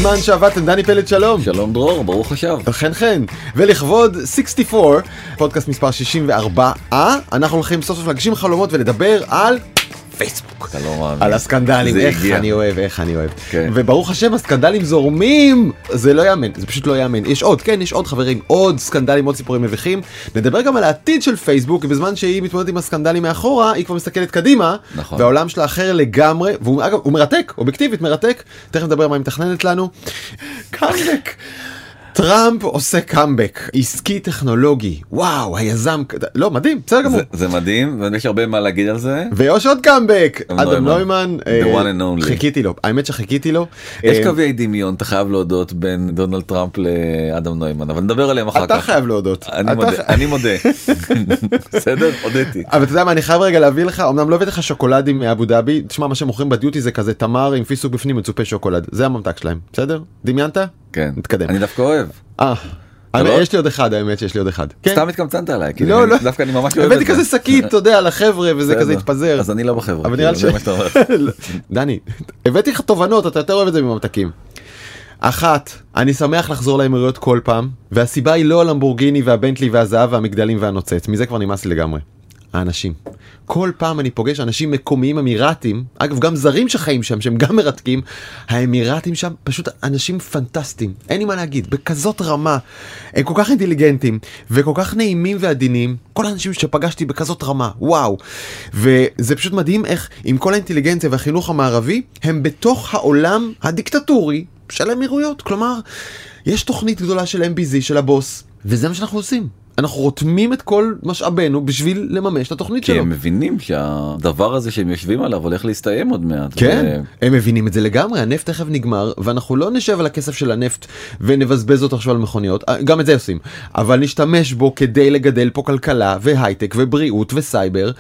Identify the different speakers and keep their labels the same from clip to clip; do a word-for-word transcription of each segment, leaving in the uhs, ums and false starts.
Speaker 1: הזמן שעבדתם. דני פלד, שלום.
Speaker 2: שלום דרור, ברוך השב.
Speaker 1: וכן כן. ולכבוד שישים וארבע, פודקאסט מספר שישים וארבע, אנחנו הולכים סוף סוף להגשים חלומות ולדבר על פייסבוק.
Speaker 2: אתה לא מאמין.
Speaker 1: על הסקנדלים, איך
Speaker 2: הגיע.
Speaker 1: אני אוהב, איך אני אוהב.
Speaker 2: כן.
Speaker 1: וברוך השם, הסקנדלים זורמים. זה לא יאמן, זה פשוט לא יאמן. יש עוד, כן, יש עוד חברים, עוד סקנדלים, עוד סיפורים מביכים. נדבר גם על העתיד של פייסבוק, בזמן שהיא מתמודדת עם הסקנדלים מאחורה, היא כבר מסתכלת קדימה.
Speaker 2: נכון.
Speaker 1: והעולם שלה אחר לגמרי, והוא אגב, הוא מרתק, אובייקטיבית מרתק. תכף נדבר מה היא מתכננת לנו. קאמבק. טראמפ עושה קאמבק, עסקי טכנולוגי, וואו, היזם, לא, מדהים, בסדר גמור.
Speaker 2: זה, זה מדהים, ויש הרבה מה להגיד על זה.
Speaker 1: ויש עוד קאמבק, אדם נוימן,
Speaker 2: the one and only.
Speaker 1: חיכיתי לו, האמת שחיכיתי לו.
Speaker 2: יש קווי דמיון, אתה חייב להודות בין דונלד טראמפ לאדם נוימן, אבל נדבר עליהם אחר כך.
Speaker 1: אתה חייב להודות.
Speaker 2: אני מודה, אני מודה. בסדר? הודיתי.
Speaker 1: אבל אתה יודע מה, אני חייב רגע להביא לך, אמנם לא הבאתי לך שוקולדים מאבו דאבי, תשמע, מה שמוכרים בדיוטי זה כזה תמר עם פיסוק בפנים מצופה שוקולד, זה הממתק שלהם, בסדר? דמיינת?
Speaker 2: כן.
Speaker 1: נתקדם.
Speaker 2: אני דווקא אוהב.
Speaker 1: אה, יש לי עוד אחד, האמת שיש לי עוד אחד.
Speaker 2: סתם התקמצנת עליי,
Speaker 1: לא, לא.
Speaker 2: דווקא אני ממש אוהב את זה.
Speaker 1: הבאתי כזה שקית, אתה יודע, לחבר'ה, וזה כזה התפזר.
Speaker 2: אז אני לא בחבר'ה.
Speaker 1: אבל נראה לי ש... דני, הבאתי לך תובנות, אתה יותר אוהב את זה מממתקים. אחת, אני שמח לחזור לאמירויות כל פעם, והסיבה היא לא הלמבורגיני והבנטלי והזהב והמגדלים והנוצץ, מזה כבר נמאס לי לגמרי. האנשים. כל פעם אני פוגש אנשים מקומיים אמירתים, אגב גם זרים שחיים שם, שהם גם מרתקים, האמירתים שם פשוט אנשים פנטסטיים, אין לי מה להגיד, בכזאת רמה, הם כל כך אינטליגנטים, וכל כך נעימים ועדינים, כל האנשים שפגשתי בכזאת רמה, וואו, וזה פשוט מדהים איך עם כל האינטליגנציה והחינוך המערבי, הם בתוך העולם הדיקטטורי של האמירויות, כלומר, יש תוכנית גדולה של אם בי זי, של הבוס, וזה מה שאנחנו עושים. אנחנו רותמים את כל משאבנו בשביל לממש את התוכנית שלו.
Speaker 2: כי הם מבינים שהדבר הזה שהם יושבים עליו הולך להסתיים עוד מעט.
Speaker 1: כן, הם מבינים את זה לגמרי, הנפט תכף נגמר, ואנחנו לא נשב על הכסף של הנפט ונבזבז אותו עכשיו על מכוניות, גם את זה עושים, אבל נשתמש בו כדי לגדל פה כלכלה והייטק ובריאות וסייבר,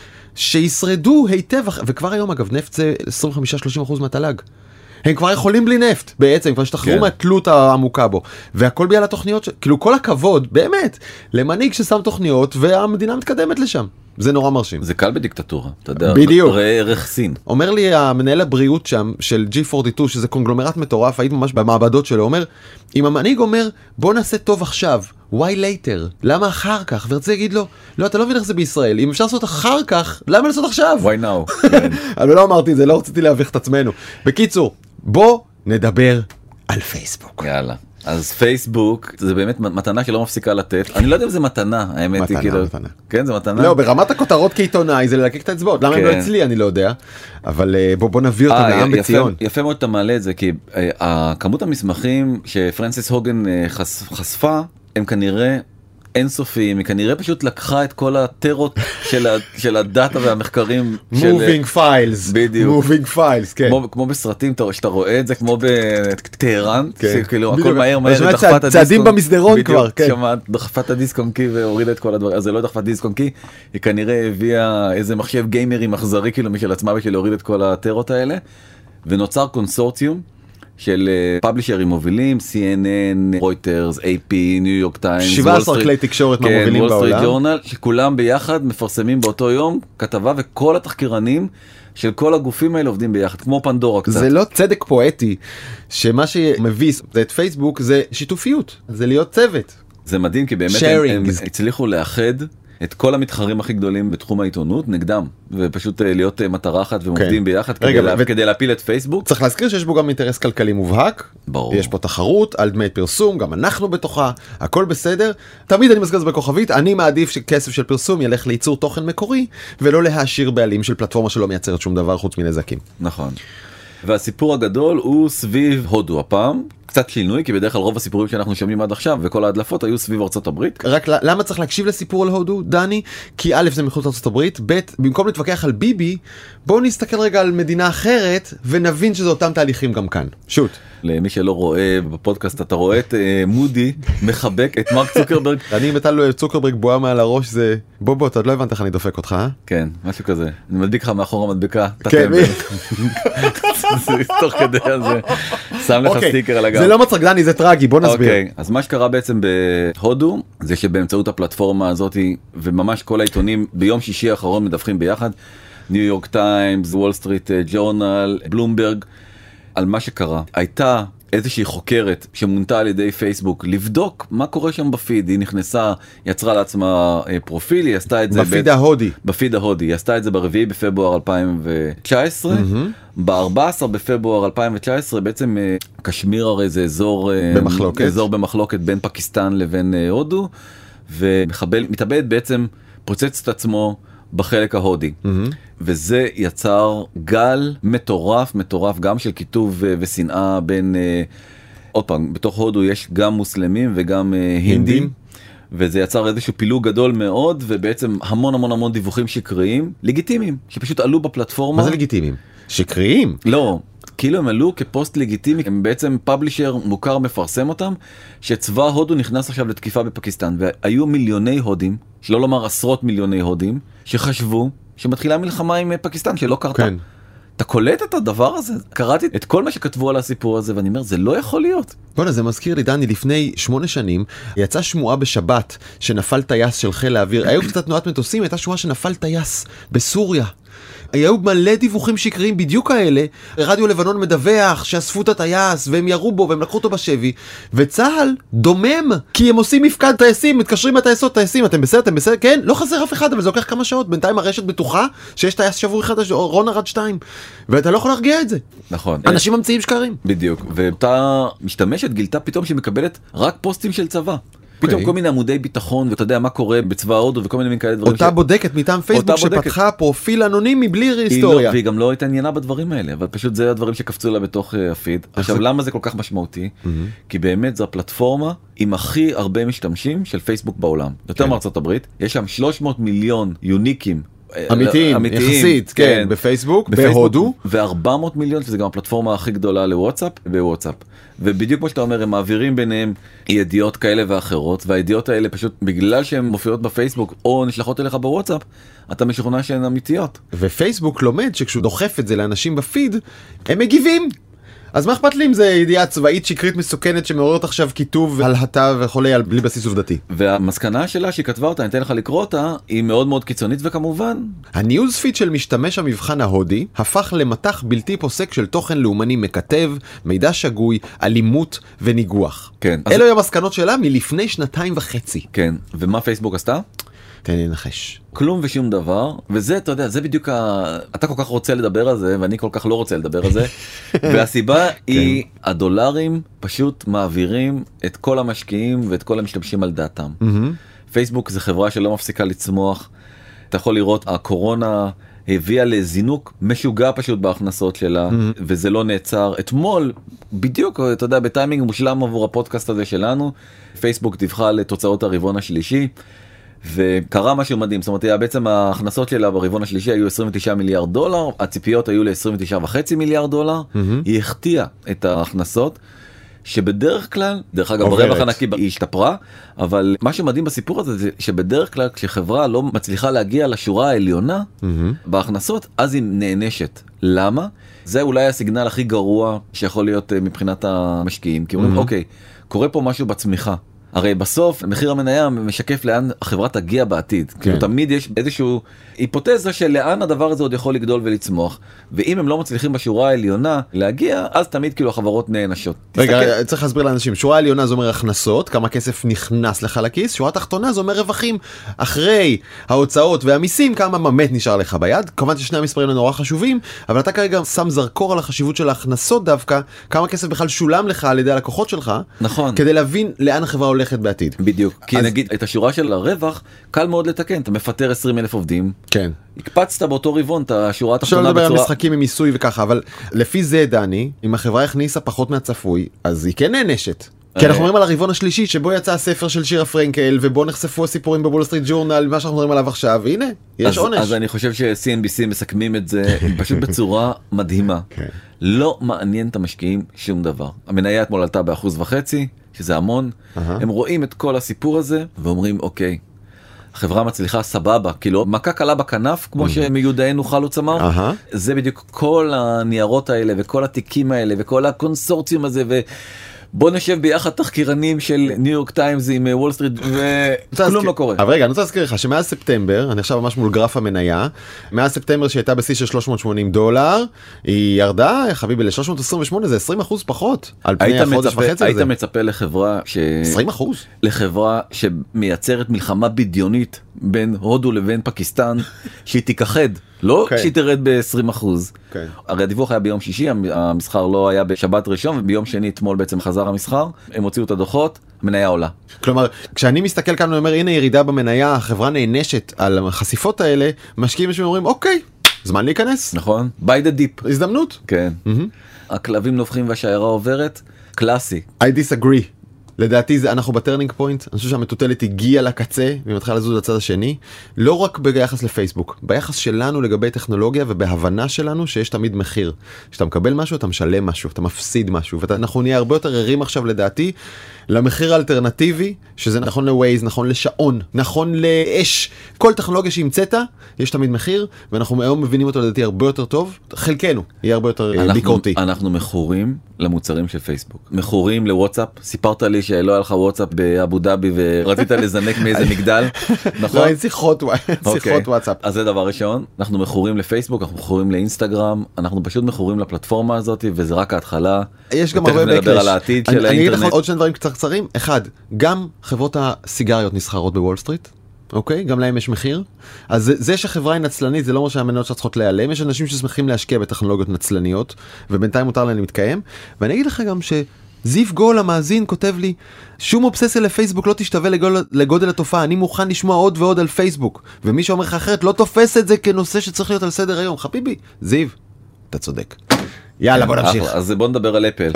Speaker 1: שישרדו היטב, וכבר היום אגב, נפט זה עשרים וחמישה שלושים אחוז מהתל"ג. הם כבר יכולים בלי נפט, בעצם, כבר שתחררו כן. מהתלות העמוקה בו. והכל בגלל התוכניות, ש... כאילו כל הכבוד, באמת, למנהיג ששם תוכניות, והמדינה מתקדמת לשם. זה נורא מרשים.
Speaker 2: זה קל בדיקטטורה, אתה יודע.
Speaker 1: בדיוק.
Speaker 2: ראה ערך סין.
Speaker 1: אומר לי המנהל הבריאות שם, של ג'י ארבעים ושתיים, שזה קונגלומרט מטורף, היית ממש במעבדות שלו, אומר, אם המנהיג אומר, בוא נעשה טוב עכשיו, why later? למה אחר כך? ורצה להגיד לו, לא, אתה לא מבין איך זה בישראל, אם אפשר לעשות אחר כך, למה לעשות עכשיו?
Speaker 2: why now?
Speaker 1: אבל לא אמרתי את זה, לא רציתי להביך את עצמנו. בקיצור, בוא נדבר על פייסבוק.
Speaker 2: יאללה. אז פייסבוק זה באמת מתנה שלא מפסיקה לתת. אני לא יודע אם זה מתנה, האמת היא כאילו.
Speaker 1: מתנה.
Speaker 2: כן, זה מתנה.
Speaker 1: לא, ברמת הכותרות כעיתונאי זה ללקק את האצבעות. למה הם לא אצלי, אני לא יודע. אבל בוא, בוא נביא אותם לעם בציון.
Speaker 2: יפה מאוד אתה מעלה את זה, כי כמות המסמכים שפרנסיס הוגן חשפה, הם כנראה אינסופיים, היא כנראה פשוט לקחה את כל הטרות של, ה, של הדאטה והמחקרים.
Speaker 1: Moving של... files.
Speaker 2: בדיוק.
Speaker 1: Moving files, כן.
Speaker 2: כמו, כמו בסרטים, שאתה רואה את זה, כמו בטהרן,
Speaker 1: כן.
Speaker 2: כאילו הכל מהר מהר,
Speaker 1: דחפת הדיסק. צעדים במסדרון כבר, כן.
Speaker 2: שמעת, דחפת הדיסק און קי והורידה את כל הדברים, אז זה לא דחפת דיסק און קי, היא כנראה הביאה איזה מחשב גיימרי מחזרי, כאילו משל עצמה בשביל להוריד את כל הטרות האלה, ונוצר קונסורציום, של פאבלישרים מובילים, סי אן אן, רויטרס, איי פי, ניו יורק טיימס,
Speaker 1: שבעה עשר כלי תקשורת מהמובילים בעולם.
Speaker 2: וול סטריט ג'ורנל, שכולם ביחד מפרסמים באותו יום כתבה, וכל התחקירנים של כל הגופים האלה עובדים ביחד, כמו פנדורה קצת.
Speaker 1: זה לא צדק פואטי, שמה שמביס את פייסבוק זה שיתופיות, זה להיות צוות.
Speaker 2: זה מדהים, כי באמת הם, הם הצליחו לאחד את כל המתחרים הכי גדולים בתחום העיתונות נגדם, ופשוט להיות מטרה אחת ועובדים ביחד כדי, לה, ו... כדי להפיל את פייסבוק.
Speaker 1: צריך להזכיר שיש בו גם אינטרס כלכלי מובהק,
Speaker 2: ברור.
Speaker 1: יש פה תחרות על דמי פרסום, גם אנחנו בתוכה, הכל בסדר. תמיד אני מזכיר את זה בכוכבית, אני מעדיף שכסף של פרסום ילך לייצור תוכן מקורי, ולא להעשיר בעלים של פלטפורמה שלא מייצרת שום דבר חוץ מנזקים.
Speaker 2: נכון. והסיפור הגדול הוא סביב הודו הפעם, קצת שינוי, כי בדרך כלל רוב הסיפורים שאנחנו שומעים עד עכשיו, וכל ההדלפות היו סביב ארצות הברית.
Speaker 1: רק למה צריך להקשיב לסיפור על הודו, דני? כי א' זה מחוץ לארצות הברית, ב' במקום להתווכח על ביבי, בואו נסתכל רגע על מדינה אחרת, ונבין שזה אותם תהליכים גם כאן. שוט.
Speaker 2: למי שלא רואה בפודקאסט, אתה רואה את מודי מחבק את מרק צוקרברג.
Speaker 1: אני מטל לו צוקרברג בועה מעל הראש, זה... בוא בוא, אתה עוד לא הבנת איך אני דופק אותך, אה?
Speaker 2: כן, משהו כזה. אני מדביק לך מאחור המדבקה.
Speaker 1: כן, מי?
Speaker 2: תוך כדי הזה. שם לך סטיקר על הגב.
Speaker 1: זה לא מצחיק, דני, זה טרגי, בוא נסביר.
Speaker 2: אוקיי, אז מה שקרה בעצם בהודו, זה שבאמצעות הפלטפורמה הזאת, וממש כל העיתונים ביום שישי האחרון מדווחים ביחד, ניו יורק טיימס, וול סטריט ג'ורנל, בלומברג, על מה שקרה. הייתה איזושהי חוקרת שמונתה על ידי פייסבוק לבדוק מה קורה שם בפיד. היא נכנסה, יצרה לעצמה פרופיל, היא עשתה את זה
Speaker 1: בפיד ההודי.
Speaker 2: בפיד ההודי, היא עשתה את זה ברביעי בפברואר אלפיים תשע עשרה, ב-ארבעה עשר בפברואר אלפיים תשע עשרה בעצם קשמיר הרי זה אזור
Speaker 1: במחלוקת,
Speaker 2: אזור במחלוקת בין פקיסטן לבין הודו, ומחבל מתאבד בעצם פוצץ את עצמו בחלק ההודי, mm-hmm. וזה יצר גל מטורף, מטורף גם של כיתוב ושנאה בין, uh, עוד פעם, בתוך הודו יש גם מוסלמים וגם uh, הינדים, וזה יצר איזשהו פילוג גדול מאוד, ובעצם המון המון המון דיווחים שקריים, לגיטימיים, שפשוט עלו בפלטפורמה.
Speaker 1: מה זה לגיטימיים? שקריים?
Speaker 2: לא. כאילו הם עלו כפוסט לגיטימי, הם בעצם פאבלישר מוכר מפרסם אותם, שצבא הודו נכנס עכשיו לתקיפה בפקיסטן, והיו מיליוני הודים, שלא לומר עשרות מיליוני הודים, שחשבו שמתחילה מלחמה עם פקיסטן, שלא קרתה. כן. אתה קולט את הדבר הזה? קראתי את כל מה שכתבו על הסיפור הזה, ואני אומר, זה לא יכול להיות.
Speaker 1: בוא'נה, זה מזכיר לי, דני, לפני שמונה שנים, יצאה שמועה בשבת, שנפל טייס של חיל האוויר, היו קצת תנועת מטוסים, הייתה שמועה שנפל טייס בסוריה. היו מלא דיווחים שקריים בדיוק האלה, רדיו לבנון מדווח שאספו את הטייס והם ירו בו והם לקחו אותו בשבי, וצהל דומם כי הם עושים מפקד טייסים, מתקשרים מהטייסות, טייסים, אתם בסדר, אתם בסדר, כן, לא חסר אף אחד, אבל זה לוקח כמה שעות, בינתיים הרשת בטוחה שיש טייס שבוע אחד, רון ארד שתיים, ואתה לא יכול להרגיע את זה.
Speaker 2: נכון.
Speaker 1: אנשים ממציאים שקרים.
Speaker 2: בדיוק, ואותה משתמשת גילתה פתאום שמקבלת רק פוסטים של צבא. פתאום כל מיני עמודי ביטחון, ואתה יודע מה קורה בצבא ההודו וכל מיני כאלה דברים.
Speaker 1: אותה בודקת מטעם פייסבוק שפתחה פרופיל אנונימי בלי היסטוריה.
Speaker 2: והיא גם לא התעניינה בדברים האלה, אבל פשוט זה הדברים שקפצו לה בתוך הפיד. עכשיו למה זה כל כך משמעותי? כי באמת זו הפלטפורמה עם הכי הרבה משתמשים של פייסבוק בעולם. יותר מארצות הברית, יש שם שלוש מאות מיליון יוניקים
Speaker 1: אמיתיים, יחסית, כן, בפייסבוק, בהודו.
Speaker 2: ו-ארבע מאות מיליון, שזה גם הפלטפורמה הכי גדולה לוואטסאפ, בוואטסאפ. ובדיוק כמו שאתה אומר, הם מעבירים ביניהם ידיעות כאלה ואחרות, והידיעות האלה פשוט, בגלל שהן מופיעות בפייסבוק, או נשלחות אליך בוואטסאפ, אתה משוכנע שהן אמיתיות.
Speaker 1: ופייסבוק לומד שכשהוא דוחף את זה לאנשים בפיד, הם מגיבים. אז מה אכפת לי אם זה ידיעה צבאית שקרית מסוכנת שמעוררת עכשיו כיתוב הלהטה וכולי בלי בסיס עובדתי?
Speaker 2: והמסקנה שלה שהיא כתבה אותה, אני אתן לך לקרוא אותה, היא מאוד מאוד קיצונית וכמובן.
Speaker 1: הניוזפיד של משתמש המבחן ההודי הפך למתח בלתי פוסק של תוכן לאומני מקטב, מידע שגוי, אלימות וניגוח.
Speaker 2: כן.
Speaker 1: אלו אז... המסקנות שלה מלפני שנתיים וחצי.
Speaker 2: כן, ומה פייסבוק עשתה?
Speaker 1: תן לי לנחש.
Speaker 2: כלום ושום דבר, וזה, אתה יודע, זה בדיוק ה... אתה כל כך רוצה לדבר על זה, ואני כל כך לא רוצה לדבר על זה, והסיבה היא, הדולרים פשוט מעבירים את כל המשקיעים ואת כל המשתמשים על דעתם. פייסבוק זה חברה שלא מפסיקה לצמוח, אתה יכול לראות, הקורונה הביאה לזינוק משוגע פשוט בהכנסות שלה, וזה לא נעצר. אתמול, בדיוק, אתה יודע, בטיימינג מושלם עבור הפודקאסט הזה שלנו, פייסבוק דיווחה לתוצאות הרבעון השלישי, וקרה משהו מדהים, זאת אומרת, בעצם ההכנסות שלה ברבעון השלישי היו עשרים ותשעה מיליארד דולר, הציפיות היו ל-עשרים ותשעה וחצי מיליארד דולר, mm-hmm. היא החטיאה את ההכנסות, שבדרך כלל, דרך אגב, ברווח הנקי היא השתפרה, אבל מה שמדהים בסיפור הזה, זה שבדרך כלל כשחברה לא מצליחה להגיע לשורה העליונה mm-hmm. בהכנסות, אז היא נענשת. למה? זה אולי הסיגנל הכי גרוע שיכול להיות מבחינת המשקיעים, כי אומרים, mm-hmm. אוקיי, קורה פה משהו בצמיחה. הרי בסוף מחיר המניה משקף לאן החברה תגיע בעתיד. כן. כאילו תמיד יש איזשהו היפותזה של לאן הדבר הזה עוד יכול לגדול ולצמוח, ואם הם לא מצליחים בשורה העליונה להגיע, אז תמיד כאילו החברות נענשות.
Speaker 1: רגע, תסתכל... צריך להסביר לאנשים, שורה העליונה זה אומר הכנסות, כמה כסף נכנס לך לכיס, שורה תחתונה זה אומר רווחים, אחרי ההוצאות והמיסים, כמה באמת נשאר לך ביד. כמובן ששני המספרים נורא חשובים, אבל אתה כרגע שם זרקור על החשיבות של ההכנסות דווקא, כמה כסף בכלל שולם לך על ידי הלקוחות שלך,
Speaker 2: נכון.
Speaker 1: כדי להבין לאן החברה הולכת בעתיד.
Speaker 2: בדיוק. כי אז... נגיד, את השורה של הרווח, קל מאוד לתקן. אתה מפטר עשרים אלף עובדים.
Speaker 1: כן.
Speaker 2: הקפצת באותו רבעון את השורה התחתונה
Speaker 1: בצורה... עכשיו לדבר על משחקים עם מיסוי וככה, אבל לפי זה, דני, אם החברה הכניסה פחות מהצפוי, אז היא כן נענשת. כי אנחנו מדברים על הרבעון השלישי, שבו יצא הספר של שירה פרנקל, ובו נחשפו הסיפורים בוול סטריט ג'ורנל, מה שאנחנו מדברים עליו עכשיו, והנה, יש עונש.
Speaker 2: אז אני חושב ש-סי אן בי סי מסכמים את זה פשוט בצורה מדהימה. לא מעניין את המשקיעים שום דבר. המניה אתמול עלתה באחוז וחצי, שזה המון. הם רואים את כל הסיפור הזה, ואומרים, אוקיי, החברה מצליחה סבבה, כאילו מכה קלה בכנף, כמו שמיודענו חלוץ אמר. זה בדיוק כל הניירות האלה, וכל התיקים האלה, וכל הקונסורציום הזה, ו... בוא נשב ביחד תחקירנים של ניו יורק טיימס עם וול סטריט וכלום לא קורה.
Speaker 1: אבל רגע, אני רוצה להזכיר לך שמאז ספטמבר, אני עכשיו ממש מול גרף המניה, מאז ספטמבר שהייתה בשיא של שלוש מאות ושמונים דולר, היא ירדה, חביבי, ל-שלוש מאות עשרים ושמונה, זה עשרים אחוז פחות על פני החודש וחצי הזה.
Speaker 2: היית מצפה לחברה ש...
Speaker 1: עשרים אחוז?
Speaker 2: לחברה שמייצרת מלחמה בדיונית בין הודו לבין פקיסטן, שהיא תיכחד, לא okay. שהיא תרד ב-עשרים אחוז. Okay. הרי הדיווח היה ביום שישי, המסחר לא היה בשבת ראשון, וביום שני אתמול בעצם חזר המסחר, הם הוציאו את הדוחות, מניה עולה.
Speaker 1: כלומר, כשאני מסתכל כאן ואומר, הנה ירידה במניה, החברה נענשת על החשיפות האלה, משקיעים שאומרים, אוקיי, זמן להיכנס.
Speaker 2: נכון, by the deep.
Speaker 1: הזדמנות.
Speaker 2: כן. Mm-hmm. הכלבים נובחים והשיירה עוברת, קלאסי.
Speaker 1: I disagree. לדעתי זה, אנחנו בטרנינג פוינט, אני חושב שהמטוטלת הגיעה לקצה והיא מתחילה לזוז לצד השני, לא רק ביחס לפייסבוק, ביחס שלנו לגבי טכנולוגיה ובהבנה שלנו שיש תמיד מחיר. כשאתה מקבל משהו אתה משלם משהו, אתה מפסיד משהו, ואנחנו נהיה הרבה יותר ערים עכשיו לדעתי למחיר האלטרנטיבי, שזה נכון לווייז, נכון לשעון, נכון לאש, כל טכנולוגיה שהמצאת, יש תמיד מחיר, ואנחנו היום מבינים אותו לדעתי הרבה יותר טוב, חלקנו יהיה הרבה יותר ביקורתי.
Speaker 2: אנחנו מכורים למוצרים של פייסבוק, מכורים לוואטסאפ, סיפרת לי שלא היה לך וואטסאפ באבו דאבי ורצית לזנק מאיזה מגדל, נכון?
Speaker 1: לא, אין שיחות וואטסאפ.
Speaker 2: אז זה דבר ראשון, אנחנו מכורים לפייסבוק, אנחנו מכורים לאינסטגרם, אנחנו פשוט מכורים לפלטפורמה הזאת, וזה רק ההתחלה.
Speaker 1: יש גם הרבה בקלש. אני אגיד לך עוד שני דברים קצרים. אחד, גם חברות הסיגריות נסחרות בוול סטריט, אוקיי? גם להם יש מחיר. אז זה, זה שחברה היא נצלנית, זה לא אומר שהמניות שלה צריכות להיעלם. יש אנשים ששמחים להשקיע בטכנולוגיות נצלניות, ובינתיים מותר להם להתקיים. ואני אגיד לך גם שזיו גול המאזין כותב לי, שום אובססיה לפייסבוק לא תשתווה לגודל, לגודל התופעה, אני מוכן לשמוע עוד ועוד על פייסבוק. ומי שאומר לך אחרת לא תופס את זה כנושא שצריך להיות על סדר היום. חביבי, זיו, אתה צודק. יאללה, בוא נמשיך.
Speaker 2: אז בוא נדבר על אפל.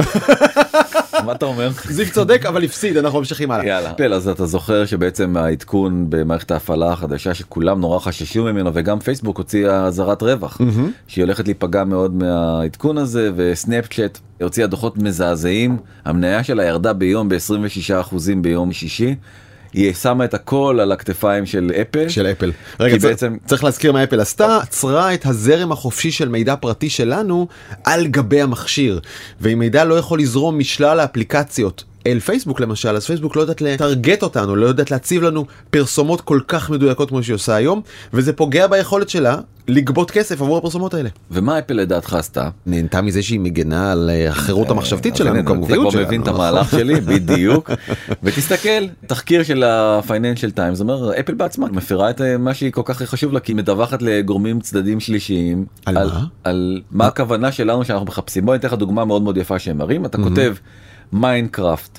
Speaker 2: מה אתה אומר?
Speaker 1: זיו צודק, אבל הפסיד, אנחנו ממשיכים הלאה.
Speaker 2: יאללה. אפל, אז אתה זוכר שבעצם העדכון במערכת ההפעלה החדשה שכולם נורא חששו ממנו, וגם פייסבוק הוציאה אזהרת רווח, שהיא הולכת להיפגע מאוד מהעדכון הזה, וסנאפצ'אט הוציאה דוחות מזעזעים, המניה שלה ירדה ביום ב-עשרים ושישה אחוז ביום שישי, היא שמה את הכל על הכתפיים של אפל.
Speaker 1: של אפל. רגע, בעצם... צריך להזכיר מה אפל עשתה, עצרה את הזרם החופשי של מידע פרטי שלנו על גבי המכשיר. ואם מידע לא יכול לזרום משלל האפליקציות אל פייסבוק למשל, אז פייסבוק לא יודעת לטרגט אותנו, לא יודעת להציב לנו פרסומות כל כך מדויקות כמו שהיא עושה היום, וזה פוגע ביכולת שלה לגבות כסף עבור הפרסומות האלה.
Speaker 2: ומה אפל לדעתך עשתה?
Speaker 1: נהנתה מזה שהיא מגנה על החירות המחשבתית שלנו, כמובן.
Speaker 2: אתה כבר מבין את המהלך שלי, בדיוק. ותסתכל, תחקיר של ה-Financial Times, אומר, אפל בעצמה מפירה את מה שהיא כל כך חשוב לה, כי היא מדווחת לגורמים צדדים שלישיים.
Speaker 1: על מה?
Speaker 2: על מה הכוונה שלנו שאנחנו מחפשים. בוא ניתן לך דוגמה מאוד מאוד יפה שהם מראים. אתה כותב מיינקראפט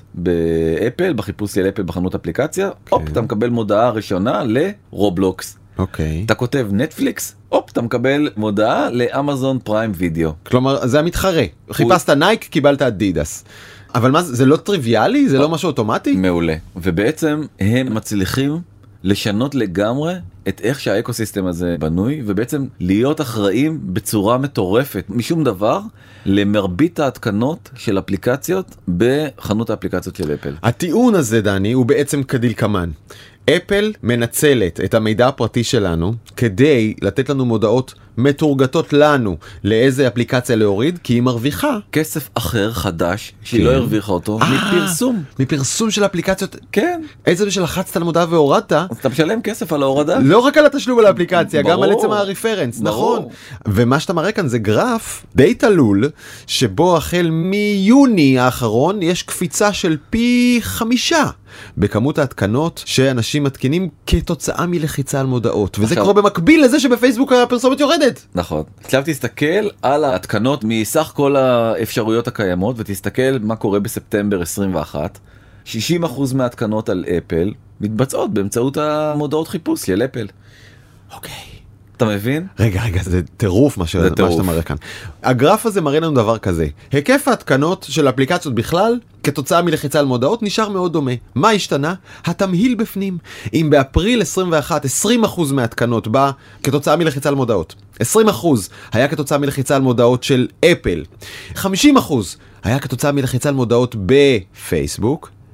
Speaker 2: באפל, בחיפוש של אפל בחנות אפליקציה, הופ, אתה מקבל מודעה ראשונה לרובלוקס.
Speaker 1: אוקיי.
Speaker 2: אתה כותב נטפליקס, הופ, אתה מקבל מודעה לאמזון פריים וידאו.
Speaker 1: כלומר, זה המתחרה. חיפשת נייק, קיבלת אדידס. אבל מה, זה לא טריוויאלי? זה לא משהו אוטומטי?
Speaker 2: מעולה. ובעצם הם מצליחים לשנות לגמרי את איך שהאקוסיסטם הזה בנוי, ובעצם להיות אחראים בצורה מטורפת, משום דבר, למרבית ההתקנות של אפליקציות בחנות האפליקציות של אפל.
Speaker 1: הטיעון הזה, דני, הוא בעצם כדלקמן. אפל מנצלת את המידע הפרטי שלנו כדי לתת לנו מודעות מתורגתות לנו לאיזה אפליקציה להוריד, כי היא מרוויחה
Speaker 2: כסף אחר חדש שהיא לא הרוויחה אותו מפרסום.
Speaker 1: מפרסום של אפליקציות.
Speaker 2: כן.
Speaker 1: איזה שלחצת על המודעה והורדת.
Speaker 2: אז אתה משלם כסף על ההורדה.
Speaker 1: לא רק על התשלום על האפליקציה, גם על עצם הרפרנס, נכון. ומה שאתה מראה כאן זה גרף די תלול, שבו החל מיוני האחרון יש קפיצה של פי חמישה. בכמות ההתקנות שאנשים מתקינים כתוצאה מלחיצה על מודעות, וזה קורה במקביל לזה שבפייסבוק הפרסומת יורדת.
Speaker 2: נכון. עכשיו תסתכל על ההתקנות מסך כל האפשרויות הקיימות, ותסתכל מה קורה בספטמבר עשרים ואחת. שישים אחוז מההתקנות על אפל מתבצעות באמצעות המודעות חיפוש של אפל.
Speaker 1: אוקיי.
Speaker 2: אתה מבין?
Speaker 1: רגע, רגע, זה טירוף מה שאתה מראה כאן. הגרף הזה מראה לנו דבר כזה. היקף ההתקנות של אפליקציות בכלל, כתוצאה מלחיצה על מודעות, נשאר מאוד דומה. מה השתנה? התמהיל בפנים. אם באפריל עשרים ואחת, עשרים אחוז מההתקנות בא כתוצאה מלחיצה על מודעות. עשרים אחוז היה כתוצאה מלחיצה על מודעות של אפל. חמישים אחוז היה כתוצאה מלחיצה על מודעות בפייסבוק.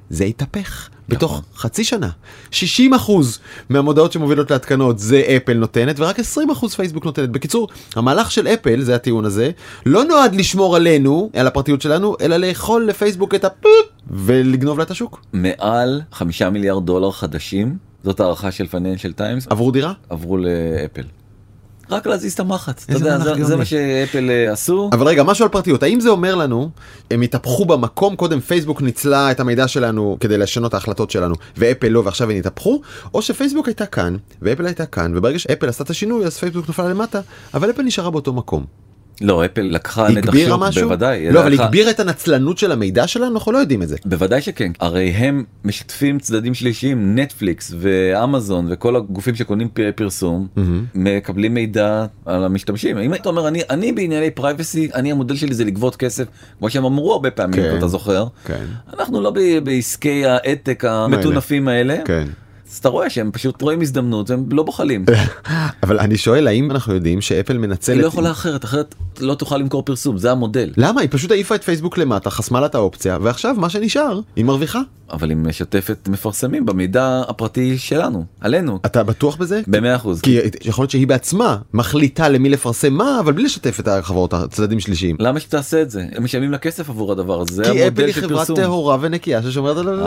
Speaker 1: זה יתהפך. בתוך חצי שנה. שישים אחוז מהמודעות שמובילות להתקנות זה אפל נותנת, ורק עשרים אחוז פייסבוק נותנת. בקיצור, המהלך של אפל, זה הטיעון הזה, לא נועד לשמור עלינו, על הפרטיות שלנו, אלא לאכול לפייסבוק את הפוט, ולגנוב לה את השוק.
Speaker 2: מעל חמישה מיליארד דולר חדשים, זאת הערכה של פייננשל טיימס.
Speaker 1: עברו דירה?
Speaker 2: עברו לאפל. רק להזיז את המחץ, אתה יודע, זה, זה מה שאפל עשו.
Speaker 1: אבל רגע, משהו על פרטיות, האם זה אומר לנו, הם התהפכו במקום, קודם פייסבוק ניצלה את המידע שלנו כדי לשנות ההחלטות שלנו, ואפל לא, ועכשיו הם התהפכו, או שפייסבוק הייתה כאן, ואפל הייתה כאן, וברגע שאפל עשתה את השינוי, אז פייסבוק נפלה למטה, אבל אפל נשארה באותו מקום.
Speaker 2: לא, אפל לקחה נתח שוק, בוודאי.
Speaker 1: לא, אבל הגבירה את הנצלנות של המידע שלנו, אנחנו לא יודעים את זה.
Speaker 2: בוודאי שכן. הרי הם משתפים צדדים שלישיים, נטפליקס ואמזון וכל הגופים שקונים פרסום, מקבלים מידע על המשתמשים. אם אתה אומר, אני בענייני פרייבסי, אני המודל שלי זה לגבות כסף, כמו שהם אמרו הרבה פעמים, אתה זוכר. אנחנו לא בעסקי העתק המטונפים האלה. כן. אז אתה רואה שהם פשוט רואים הזדמנות, הם לא בוחלים.
Speaker 1: אבל אני שואל, האם אנחנו יודעים שאפל מנצלת...
Speaker 2: היא לא יכולה אחרת, אחרת לא תוכל למכור פרסום, זה המודל.
Speaker 1: למה? היא פשוט העיפה את פייסבוק למטה, חסמה לה את האופציה, ועכשיו מה שנשאר, היא מרוויחה.
Speaker 2: אבל היא משתפת מפרסמים במידע הפרטי שלנו, עלינו.
Speaker 1: אתה בטוח בזה?
Speaker 2: במאה אחוז.
Speaker 1: כי יכול להיות שהיא בעצמה מחליטה למי לפרסם מה, אבל בלי לשתף את החברות, הצדדים שלישיים.
Speaker 2: למה שתעשה את זה? הם משלמים לה כסף עבור הדבר הזה.
Speaker 1: כי אפל היא חברה טהורה ונקייה ששומרת על...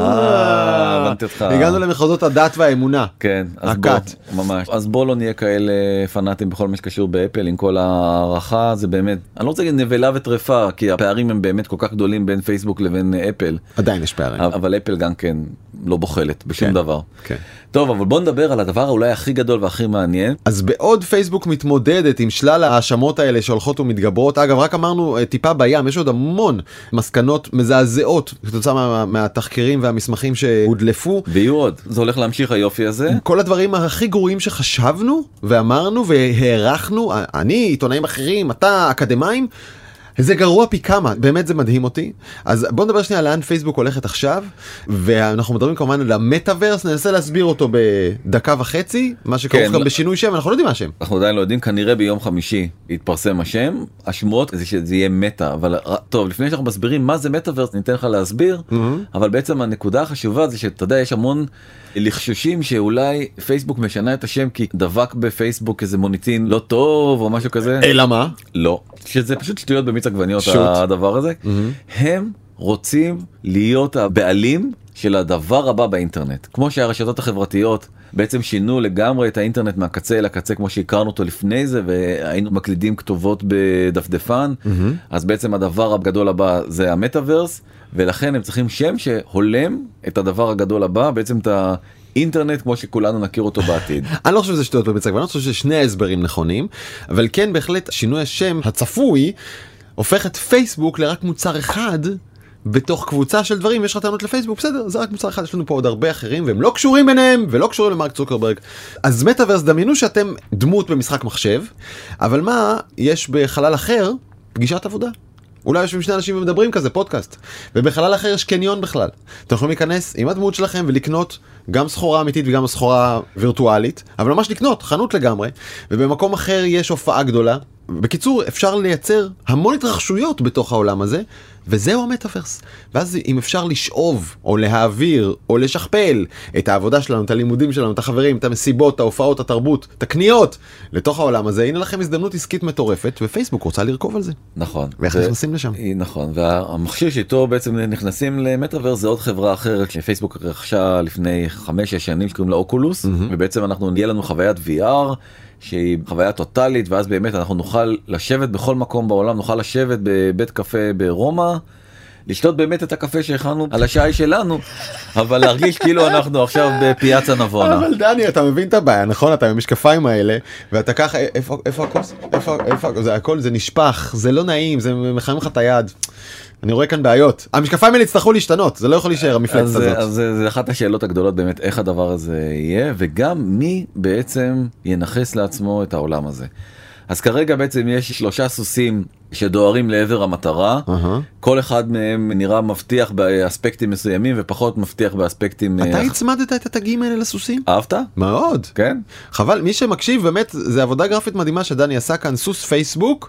Speaker 1: הגענו למחוזות הדת והאמונה.
Speaker 2: כן, אז בוא, ממש. אז בוא לא נהיה כאלה פנאטים בכל מה שקשור באפל, עם כל הערכה, זה באמת, אני לא רוצה להגיד נבלה וטרפה, כי הפערים הם באמת כל כך גדולים בין פייסבוק לבין אפל.
Speaker 1: עדיין יש פערים.
Speaker 2: אבל אפל גם כן לא בוחלת בשום
Speaker 1: כן,
Speaker 2: דבר.
Speaker 1: כן.
Speaker 2: טוב, אבל בוא נדבר על הדבר אולי הכי גדול והכי מעניין.
Speaker 1: אז בעוד פייסבוק מתמודדת עם שלל ההאשמות האלה שהולכות ומתגברות, אגב, רק אמרנו טיפה בים, יש עוד המון מסקנות מזעזעות כתוצאה מה, מהתחקירים והמסמכים שהודלפו.
Speaker 2: ויהיו עוד, זה הולך להמשיך היופי הזה.
Speaker 1: כל הדברים הכי גרועים שחשבנו ואמרנו והערכנו, אני, עיתונאים אחרים, אתה, אקדמיים, זה גרוע פי כמה, באמת זה מדהים אותי. אז בוא נדבר שנייה לאן פייסבוק הולכת עכשיו, ואנחנו מדברים כמובן על המטאברס, ננסה להסביר אותו בדקה וחצי, מה שקורה גם בשינוי שם, אנחנו לא יודעים מה השם.
Speaker 2: אנחנו עדיין לא יודעים, כנראה ביום חמישי יתפרסם השם, השמועות זה שזה יהיה מטא, אבל טוב, לפני שאנחנו מסבירים מה זה מטאברס, ניתן לך להסביר, אבל בעצם הנקודה החשובה זה שאתה יודע, יש המון לחשושים שאולי פייסבוק משנה את השם כי דבק בפייסבוק איזה מוניטין לא טוב או משהו כזה.
Speaker 1: אלא מה?
Speaker 2: לא. שזה פשוט שטויות במיץ עגבניות הדבר הזה. הם רוצים להיות הבעלים של הדבר הבא באינטרנט. כמו שהרשתות החברתיות בעצם שינו לגמרי את האינטרנט מהקצה אל הקצה כמו שהכרנו אותו לפני זה והיינו מקלידים כתובות בדפדפן. אז בעצם הדבר הגדול הבא זה המטאברס ולכן הם צריכים שם שהולם את הדבר הגדול הבא, בעצם את האינטרנט כמו שכולנו נכיר אותו בעתיד.
Speaker 1: אני לא חושב שזה שטויות במיץ עגבניות, אני חושב ששני ההסברים נכונים, אבל כן בהחלט שינוי השם הצפוי הופך את פייסבוק לרק מוצר אחד בתוך קבוצה של דברים. יש לך טענות לפייסבוק, בסדר, זה רק מוצר אחד, יש לנו פה עוד הרבה אחרים והם לא קשורים ביניהם ולא קשורים למרק צוקרברג. אז מטאברס, דמיינו שאתם דמות במשחק מחשב, אבל מה יש בחלל אחר? פגישת עבודה. אולי יושבים שני אנשים ומדברים כזה, פודקאסט. ובחלל אחר יש קניון בכלל. אתם יכולים להיכנס עם הדמות שלכם ולקנות גם סחורה אמיתית וגם סחורה וירטואלית, אבל ממש לקנות, חנות לגמרי. ובמקום אחר יש הופעה גדולה. בקיצור, אפשר לייצר המון התרחשויות בתוך העולם הזה, וזהו המטאברס. ואז אם אפשר לשאוב, או להעביר, או לשכפל את העבודה שלנו, את הלימודים שלנו, את החברים, את המסיבות, את ההופעות, התרבות, את הקניות, לתוך העולם הזה, הנה לכם הזדמנות עסקית מטורפת, ופייסבוק רוצה לרכוב על זה.
Speaker 2: נכון.
Speaker 1: ואיך נכנסים לשם?
Speaker 2: נכון, והמכשיר שאיתו בעצם נכנסים למטאברס, זה עוד חברה אחרת, שפייסבוק רכשה לפני חמש שש שנים, שקוראים לה אוקולוס, ובעצם אנחנו נהיה לנו חוויית וי אר, שהיא חוויה טוטלית, ואז באמת אנחנו נוכל לשבת בכל מקום בעולם, נוכל לשבת בבית קפה ברומא, לשתות באמת את הקפה שהכנו על השי שלנו, אבל להרגיש כאילו אנחנו עכשיו בפיאצה נבונה.
Speaker 1: אבל דני, אתה מבין את הבעיה, נכון? אתה עם המשקפיים האלה, ואתה ככה, איפה, איפה הכוס? איפה, איפה, זה הכל, זה נשפח, זה לא נעים, זה מחמם לך את היד. אני רואה כאן בעיות. המשקפיים האלה יצטרכו להשתנות, זה לא יכול להישאר המפלצת הזאת.
Speaker 2: אז זה, זה אחת השאלות הגדולות באמת, איך הדבר הזה יהיה, וגם מי בעצם ינחס לעצמו את העולם הזה. אז כרגע בעצם יש שלושה סוסים שדוהרים לעבר המטרה, uh-huh. כל אחד מהם נראה מבטיח באספקטים מסוימים ופחות מבטיח באספקטים...
Speaker 1: אתה הצמדת את התגים האלה לסוסים?
Speaker 2: אהבת?
Speaker 1: מאוד.
Speaker 2: כן.
Speaker 1: חבל, מי שמקשיב באמת, זה עבודה גרפית מדהימה שדני עשה כאן, סוס פייסבוק,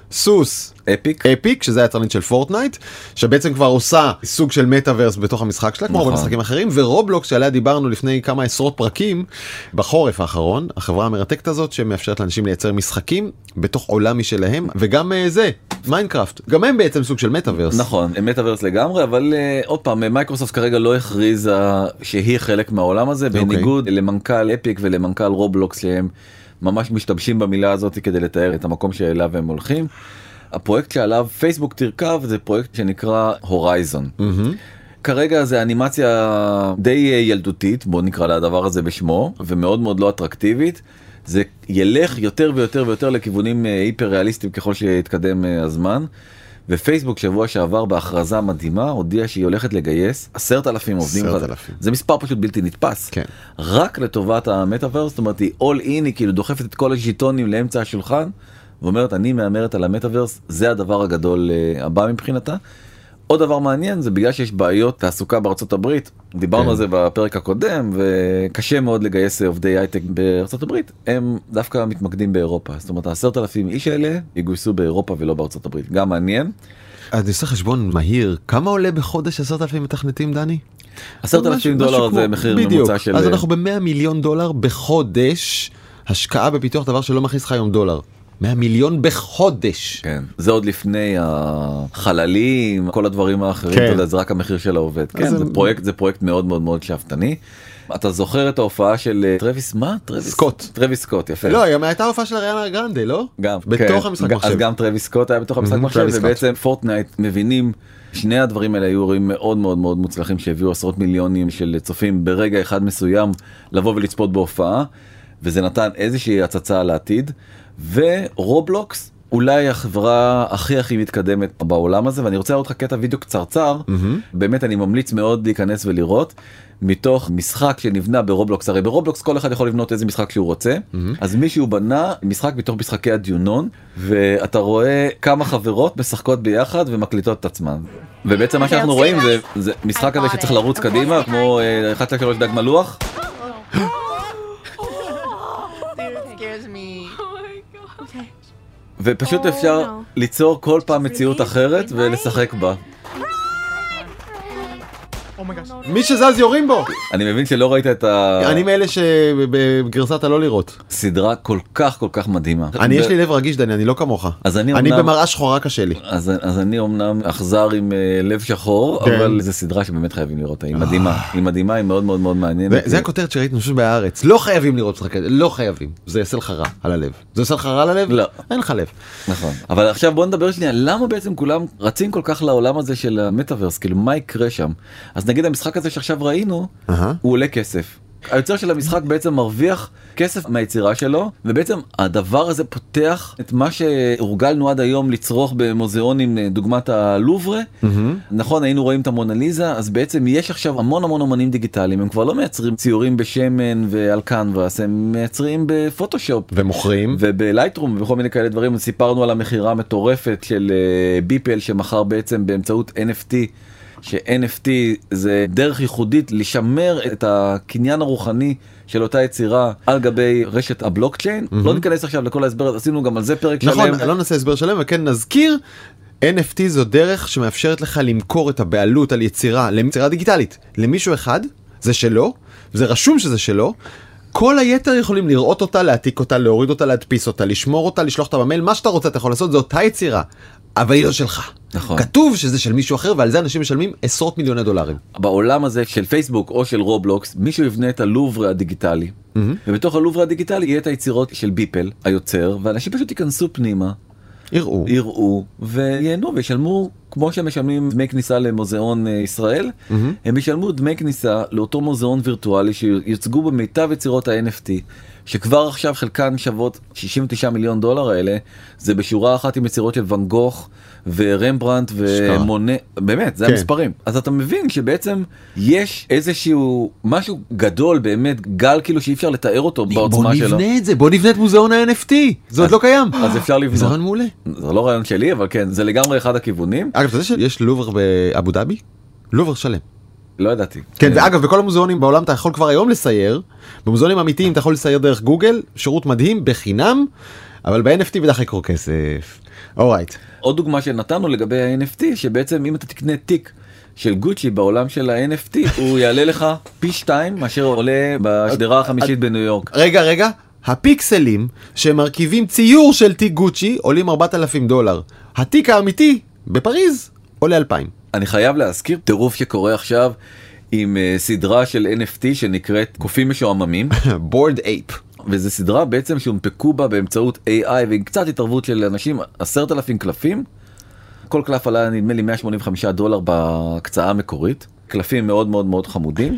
Speaker 1: סוס
Speaker 2: אפיק.
Speaker 1: אפיק, שזה היצרנית של פורטנייט, שבעצם כבר עושה סוג של מטאברס בתוך המשחק שלה, כמו במשחקים אחרים, ורובלוקס שעליה דיברנו לפני כמה עשרות פרקים, בחורף האחרון, החברה המרתקת הזאת שמאפשרת לאנשים לייצר משחקים בתוך עולם משלהם, וגם זה, מיינקראפט, גם הם בעצם סוג של מטאברס.
Speaker 2: נכון, הם מטאברס לגמרי, אבל uh, עוד פעם, מייקרוסופט כרגע לא הכריזה שהיא חלק מהעולם הזה, בניגוד למנכ"ל אפיק ולמנכ"ל רובלוקס שהם ממש משתמשים במילה הזאת כדי לתאר את המקום שאליו הם הולכים. הפרויקט שעליו פייסבוק תרכב זה פרויקט שנקרא הורייזון. Mm-hmm. כרגע זה אנימציה די ילדותית, בוא נקרא לדבר הזה בשמו, ומאוד מאוד לא אטרקטיבית. זה ילך יותר ויותר ויותר לכיוונים היפר ריאליסטיים ככל שיתקדם הזמן. ופייסבוק שבוע שעבר בהכרזה מדהימה הודיעה שהיא הולכת לגייס עשרת אלפים עובדים. זה מספר פשוט בלתי נתפס. כן. רק לטובת המטאברס, זאת אומרת היא all in, היא כאילו דוחפת את כל השיטונים לאמצע השולחן, ואומרת אני מאמרת על המטאברס, זה הדבר הגדול הבא מבחינתה. עוד דבר מעניין זה בגלל שיש בעיות תעסוקה בארצות הברית, דיברנו כן. על זה בפרק הקודם, וקשה מאוד לגייס עובדי הייטק בארצות הברית, הם דווקא מתמקדים באירופה, זאת אומרת עשרת אלפים איש האלה יגויסו באירופה ולא בארצות הברית, גם מעניין.
Speaker 1: אני עושה חשבון מהיר, כמה עולה בחודש עשרת אלפים מתכנתים דני?
Speaker 2: עשרת אלפים דולר זה מחיר ממוצע של...
Speaker 1: אז אנחנו ב-מאה מיליון דולר בחודש, השקעה בפיתוח דבר שלא מכניס לך היום דולר. מאה מיליון בחודש.
Speaker 2: כן. זה עוד לפני החללים, כל הדברים האחרים, כן. זה רק המחיר של העובד. כן, זה, זה פרויקט, זה פרויקט מאוד מאוד מאוד שאפתני. אתה זוכר את ההופעה של טרוויס, מה? טרוויס
Speaker 1: סקוט.
Speaker 2: טרוויס סקוט, יפה.
Speaker 1: לא, היא הייתה ההופעה של אריאנה גרנדה, לא?
Speaker 2: גם.
Speaker 1: בתוך
Speaker 2: כן.
Speaker 1: המשחק מחשב.
Speaker 2: אז גם טרוויס סקוט היה בתוך המשחק מחשב, ובעצם פורטנייט מבינים, שני הדברים האלה היו אירועים מאוד מאוד מאוד מוצלחים, שהביאו עשרות מיליונים של צופים ברגע אחד מסוים, לבוא ולצפות בהופעה, וזה נתן איזושהי הצצה על העתיד. ורובלוקס אולי החברה הכי הכי מתקדמת בעולם הזה, ואני רוצה לראות לך קטע וידאו קצרצר, mm-hmm. באמת אני ממליץ מאוד להיכנס ולראות, מתוך משחק שנבנה ברובלוקס, הרי ברובלוקס כל אחד יכול לבנות איזה משחק שהוא רוצה, mm-hmm. אז מישהו בנה משחק מתוך משחקי הדיונון, ואתה רואה כמה חברות משחקות ביחד ומקליטות את עצמן. ובעצם מה שאנחנו רואים זה, זה משחק הזה שצריך לרוץ קדימה, כמו אחת שלוש דג מלוח. ופשוט אפשר ליצור כל פעם מציאות אחרת ולשחק בה.
Speaker 1: מי שזז יורים בו.
Speaker 2: אני מבין שלא ראית את ה...
Speaker 1: אני מאלה שבגרסת הלא לראות.
Speaker 2: סדרה כל כך כל כך מדהימה.
Speaker 1: אני יש לי לב רגיש דני, אני לא כמוך. אני במראה שחורה קשה לי.
Speaker 2: אז אני אומנם אכזר עם לב שחור, אבל זו סדרה שבאמת חייבים לראות. היא מדהימה, היא מדהימה, היא מאוד מאוד מאוד מעניינת.
Speaker 1: זה הכותרת שראית נושא בארץ. לא חייבים לראות משחק, לא חייבים. זה יעשה לך רע על הלב. זה יעשה לך רע על הלב?
Speaker 2: לא.
Speaker 1: אין לך לב.
Speaker 2: נכון. אבל עכשיו בוא נדבר שנייה, למה בעצם כולם רצים כל כך לעולם הזה של המטאברס? כאילו מה יקרה שם? אז נגיד המשחק הזה שעכשיו ראינו, uh-huh. הוא עולה כסף. היוצר של המשחק בעצם מרוויח כסף מהיצירה שלו, ובעצם הדבר הזה פותח את מה שהורגלנו עד היום לצרוך במוזיאונים דוגמת הלוברה. Mm-hmm. נכון, היינו רואים את המונליזה, אז בעצם יש עכשיו המון המון אומנים דיגיטליים, הם כבר לא מייצרים ציורים בשמן ועל קנבאס, הם מייצרים בפוטושופ.
Speaker 1: ומוכרים.
Speaker 2: ובלייטרום וכל מיני כאלה דברים. סיפרנו על המחירה המטורפת של ביפל שמחר בעצם באמצעות אן אף טי, ש-אן אף טי זה דרך ייחודית לשמר את הקניין הרוחני של אותה יצירה על גבי רשת הבלוקצ'יין. Mm-hmm. לא ניכנס עכשיו לכל ההסבר, עשינו גם על זה פרק
Speaker 1: נכון,
Speaker 2: שלם.
Speaker 1: נכון, לא נעשה הסבר שלם, וכן נזכיר, אן אף טי זו דרך שמאפשרת לך למכור את הבעלות על יצירה, ליצירה דיגיטלית, למישהו אחד, זה שלו, זה רשום שזה שלו, כל היתר יכולים לראות אותה, להעתיק אותה, להוריד אותה, להדפיס אותה, לשמור אותה, לשלוח אותה במייל, מה שאתה רוצה אתה יכול לעשות, זה אותה יצירה, אבל היא לא שלך.
Speaker 2: נכון.
Speaker 1: כתוב שזה של מישהו אחר, ועל זה אנשים משלמים עשרות מיליוני דולרים.
Speaker 2: בעולם הזה של פייסבוק או של רובלוקס, מישהו יבנה את הלוברה הדיגיטלי, mm-hmm. ובתוך הלוברה הדיגיטלי יהיה את היצירות של ביפל, היוצר, ואנשים פשוט ייכנסו פנימה,
Speaker 1: יראו,
Speaker 2: יראו וייהנו וישלמו, כמו שהם משלמים דמי כניסה למוזיאון ישראל, mm-hmm. הם ישלמו דמי כניסה לאותו מוזיאון וירטואלי שיוצגו במיטב יצירות ה-אן אף טי, שכבר עכשיו חלקן שוות שישים ותשעה מיליון דולר האלה, זה בשורה אחת עם יצירות של ואן גוך ורמברנט ומונה, באמת, זה כן. המספרים. אז אתה מבין שבעצם יש איזשהו משהו גדול, באמת גל כאילו שאי אפשר לתאר אותו בעוצמה שלו.
Speaker 1: בוא נבנה את זה, בוא נבנה את מוזיאון ה-אן אף טי, זה עוד לא קיים.
Speaker 2: אז אפשר לבנות.
Speaker 1: זה רעיון מעולה.
Speaker 2: זה לא רעיון שלי, אבל כן, זה לגמרי אחד הכיוונים.
Speaker 1: אגב, אתה יודע שיש לובר באבו דאבי? לובר שלם.
Speaker 2: לא ידעתי.
Speaker 1: כן, ואגב, בכל המוזיאונים בעולם אתה יכול כבר היום לסייר, במוזיאונים אמיתיים אתה יכול לסייר דרך גוגל, שירות מדהים, בחינם, אבל ב-אן אף טי בדרך כלל יקרו כסף. אורייט.
Speaker 2: עוד דוגמה שנתנו לגבי ה-אן אף טי, שבעצם אם אתה תקנה תיק של גוצ'י בעולם של ה-אן אף טי, הוא יעלה לך פי שתיים מאשר עולה בשדרה החמישית בניו יורק.
Speaker 1: רגע, רגע. הפיקסלים שמרכיבים ציור של תיק גוצ'י עולים ארבעת אלפים דולר. התיק האמיתי בפריז עולה אלפיים.
Speaker 2: אני חייב להזכיר טירוף שקורה עכשיו עם uh, סדרה של אן אף טי שנקראת קופים משועממים.
Speaker 1: Bored Ape.
Speaker 2: וזו סדרה בעצם שהונפקו בה באמצעות איי איי ועם קצת התערבות של אנשים, עשרת אלפים קלפים. כל קלף עלה נדמה לי מאה שמונים וחמישה דולר בהקצאה המקורית. קלפים מאוד מאוד מאוד חמודים.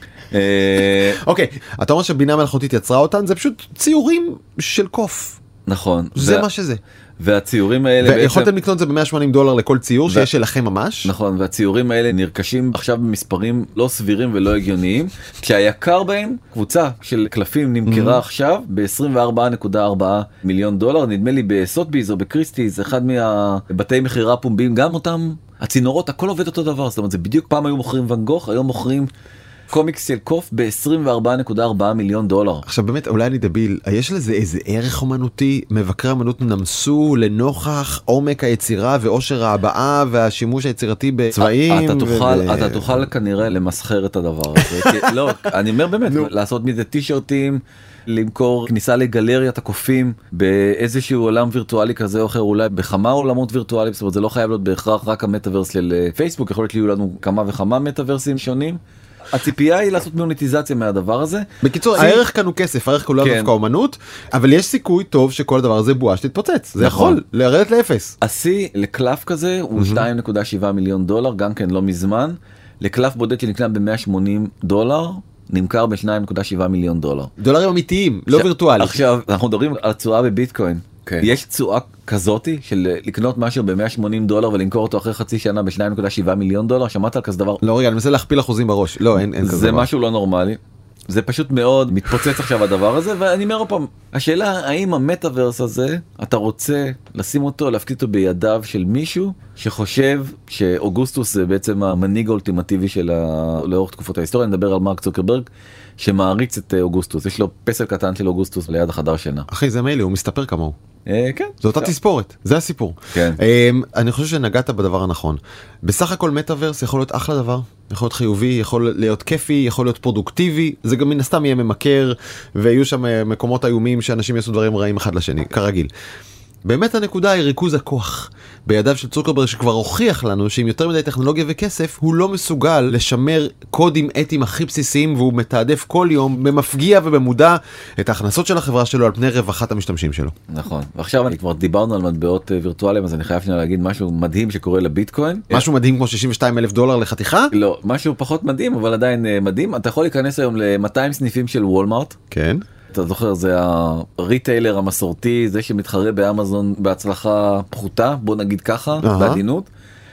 Speaker 1: אוקיי, אתה אומר שבינה מלאכותית יצרה אותן, זה פשוט ציורים של קוף.
Speaker 2: נכון.
Speaker 1: זה מה שזה.
Speaker 2: והציורים האלה בעצם...
Speaker 1: ויכולתם לקנות את זה ב-מאה ושמונים דולר לכל ציור שיש שלכם ממש.
Speaker 2: נכון, והציורים האלה נרכשים עכשיו במספרים לא סבירים ולא הגיוניים, כשהיקר בהם, קבוצה של קלפים נמכרה עכשיו ב-עשרים וארבע נקודה ארבע מיליון דולר, נדמה לי בסוטביז או בקריסטיז, אחד מהבתי מחירה פומביים, גם אותם הצינורות, הכל עובד אותו דבר, זאת אומרת, זה בדיוק פעם היו מוכרים ואן גוך, היום מוכרים קומיקס של קוף ב-עשרים וארבע נקודה ארבע מיליון דולר.
Speaker 1: עכשיו באמת, אולי אני דביל, יש לזה איזה ערך אומנותי? מבקרי אמנות נמסו לנוכח עומק היצירה ואושר ההבעה והשימוש היצירתי בצבעים?
Speaker 2: אתה תוכל, אתה תוכל כנראה למסחר את הדבר הזה. לא, אני אומר באמת, לעשות מזה טישרטים, למכור כניסה לגלריית הקופים באיזשהו עולם וירטואלי כזה או אחר, אולי בכמה עולמות וירטואליים, זאת אומרת, זה לא חייב להיות בהכרח רק המטאברס של פייסבוק, יכול להיות שיהיו לנו כמה וכמה מטאברסים שונים. הציפייה היא לעשות מוניטיזציה מהדבר הזה.
Speaker 1: בקיצור, הערך כאן הוא כסף, הערך כולו דווקא אומנות, אבל יש סיכוי טוב שכל הדבר הזה בועה שתתפוצץ. זה יכול לרדת לאפס.
Speaker 2: השיא לקלף כזה הוא שתיים נקודה שבע מיליון דולר, גם כן לא מזמן. לקלף בודד שנקנה ב-מאה ושמונים דולר, נמכר ב-שתיים נקודה שבע מיליון דולר.
Speaker 1: דולרים אמיתיים, לא וירטואליים.
Speaker 2: עכשיו, אנחנו מדברים על תשואה בביטקוין. יש תשואה כזאתי של לקנות משהו ב-מאה ושמונים דולר ולמכור אותו אחרי חצי שנה ב-שתיים נקודה שבע מיליון דולר, שמעת על כזה דבר?
Speaker 1: לא רגע, אני מנסה להכפיל אחוזים בראש. לא, אין כזה דבר.
Speaker 2: זה משהו לא נורמלי. זה פשוט מאוד מתפוצץ עכשיו הדבר הזה, ואני אומר פעם, השאלה האם המטאברס הזה, אתה רוצה לשים אותו, להפקיד אותו בידיו של מישהו שחושב שאוגוסטוס זה בעצם המנהיג האולטימטיבי של לאורך תקופות ההיסטוריה. אני מדבר על מרק צוקרברג שמעריץ את אוגוסטוס, יש לו פסל קטן של אוגוסטוס ליד החדר שינה.
Speaker 1: אחי, זה מילא, הוא מסתפר כמוהו.
Speaker 2: כן.
Speaker 1: זו אותה תספורת, זה הסיפור.
Speaker 2: כן.
Speaker 1: אני חושב שנגעת בדבר הנכון. בסך הכל מטאברס יכול להיות אחלה דבר, יכול להיות חיובי, יכול להיות כיפי, יכול להיות פרודוקטיבי, זה גם מן הסתם יהיה ממכר, ויהיו שם מקומות איומים שאנשים יעשו דברים רעים אחד לשני, כרגיל. באמת הנקודה היא ריכוז הכוח בידיו של צוקרברג, שכבר הוכיח לנו שעם יותר מדי טכנולוגיה וכסף הוא לא מסוגל לשמר קודים אתיים הכי בסיסיים, והוא מתעדף כל יום במפגיע ובמודע את ההכנסות של החברה שלו על פני רווחת המשתמשים שלו.
Speaker 2: נכון. ועכשיו אני כבר דיברנו על מטבעות וירטואליים, אז אני חייב שנייה להגיד משהו מדהים שקורה לביטקוין.
Speaker 1: משהו מדהים כמו שישים ושתיים אלף דולר לחתיכה?
Speaker 2: לא, משהו פחות מדהים אבל עדיין מדהים. אתה יכול להיכנס היום ל-מאתיים סניפים של וולמארט.
Speaker 1: כן.
Speaker 2: אתה זוכר, זה הריטיילר המסורתי, זה שמתחרה באמזון בהצלחה פחותה, בוא נגיד ככה, בעדינות,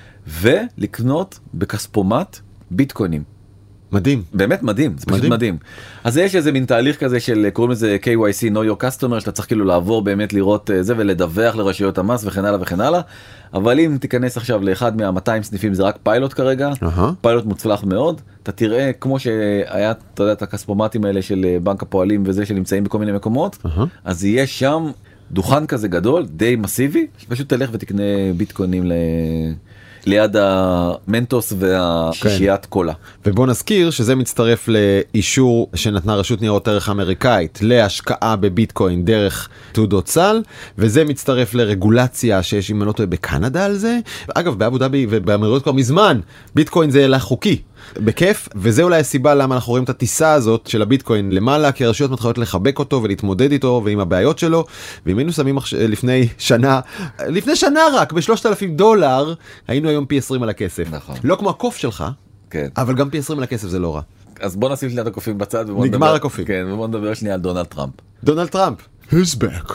Speaker 2: ולקנות בכספומט ביטקוינים.
Speaker 1: מדהים.
Speaker 2: באמת מדהים, זה פשוט מדהים. אז יש איזה מין תהליך כזה של, קוראים לזה קיי וואי סי, Know Your Customer, שאתה צריך כאילו לעבור באמת לראות זה ולדווח לרשויות המס וכן הלאה וכן הלאה. אבל אם תיכנס עכשיו לאחד מה-מאתיים סניפים, זה רק פיילוט כרגע, פיילוט מוצלח מאוד, אתה תראה כמו שהיה, אתה יודע, את הכספומטים האלה של בנק הפועלים וזה שנמצאים בכל מיני מקומות, אז יהיה שם דוכן כזה גדול, די מסיבי, שפשוט תלך ותקנה ביטקוינים ל... ליד המנטוס והשישיית קולה.
Speaker 1: ובוא נזכיר שזה מצטרף לאישור שנתנה רשות ניירות ערך אמריקאית להשקעה בביטקוין דרך תעודות סל, וזה מצטרף לרגולציה שיש עם מנות בקנדה על זה. אגב, באבו דאבי ובאמירויות כבר מזמן, ביטקוין זה הילך חוקי. בכיף, וזה אולי הסיבה למה אנחנו רואים את הטיסה הזאת של הביטקוין למעלה, כי הרשויות מתחילות לחבק אותו ולהתמודד איתו ועם הבעיות שלו. ואם היינו שמים לפני שנה, לפני שנה רק ב-שלושת אלפים דולר, היינו היום פי עשרים על הכסף.
Speaker 2: נכון.
Speaker 1: לא כמו הקוף שלך,
Speaker 2: כן.
Speaker 1: אבל גם פי עשרים על הכסף זה לא רע.
Speaker 2: אז בוא נשים שנייה את הקופים בצד,
Speaker 1: נגמר נדבר, הקופים.
Speaker 2: כן, ובוא נדבר שנייה על דונלד טראמפ.
Speaker 1: דונלד טראמפ. He's back.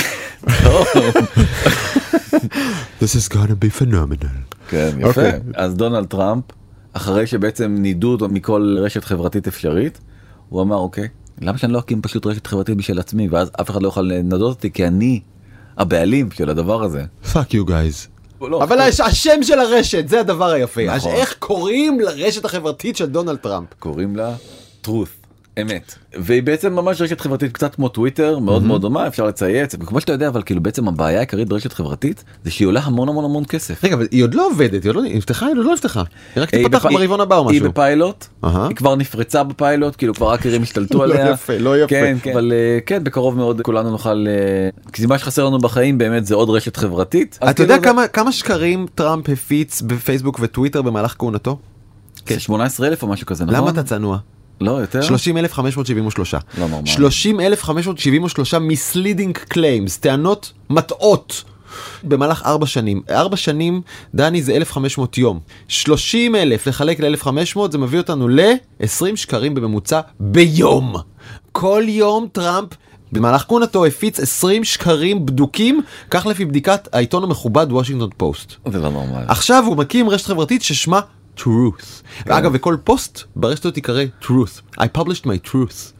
Speaker 1: This is gonna be phenomenal.
Speaker 2: כן, יפה. Okay. אז דונלד טראמפ, אחרי שבעצם נידו אותו מכל רשת חברתית אפשרית, הוא אמר, אוקיי, למה שאני לא אקים פשוט רשת חברתית בשביל עצמי, ואז אף אחד לא יכול לנדות אותי, כי אני הבעלים של הדבר הזה.
Speaker 1: Fuck you guys. לא, אבל לא. השם של הרשת, זה הדבר היפה. נכון. איך קוראים לרשת החברתית של דונלד טראמפ?
Speaker 2: קוראים לה Truth. אמת. והיא בעצם ממש רשת חברתית קצת כמו טוויטר, מאוד מאוד דומה, אפשר לצייץ, וכמו שאתה יודע, אבל כאילו בעצם הבעיה העיקרית ברשת חברתית, זה שהיא עולה המון המון המון כסף.
Speaker 1: רגע, אבל היא עוד לא עובדת, היא עוד לא נפתחה, היא עוד לא נפתחה. היא רק תפתח ברבעון הבא או משהו.
Speaker 2: היא בפיילוט, היא כבר נפרצה בפיילוט, כאילו כבר האקרים השתלטו עליה.
Speaker 1: לא יפה, לא יפה.
Speaker 2: כן, אבל כן, בקרוב מאוד כולנו נוכל, כי מה שחסר לנו בחיים באמת זה עוד רשת חברתית.
Speaker 1: אתה יודע כמה שקרים טראמפ הפיץ בפייסבוק וטוויטר במהלך כהונתו?
Speaker 2: שמונה עשרה אלף או משהו כזה, נכון?
Speaker 1: למה אתה צנוע?
Speaker 2: לא, יותר?
Speaker 1: שלושים אלף חמש מאות שבעים ושלוש.
Speaker 2: לא נורמל.
Speaker 1: שלושים אלף חמש מאות שבעים ושלוש misleading claims, טענות מטעות. במהלך ארבע שנים. ארבע שנים, דני, זה אלף וחמש מאות יום. שלושים אלף לחלק ל-אלף וחמש מאות, זה מביא אותנו ל-עשרים שקרים בממוצע ביום. כל יום טראמפ במהלך כהונתו הפיץ עשרים שקרים בדוקים, כך לפי בדיקת העיתון המכובד וושינגטון פוסט.
Speaker 2: זה לא נורמל.
Speaker 1: עכשיו הוא מקים רשת חברתית ששמה truth. ואגב, וכל פוסט ברשת הזאת יקרא truth. I published my truth.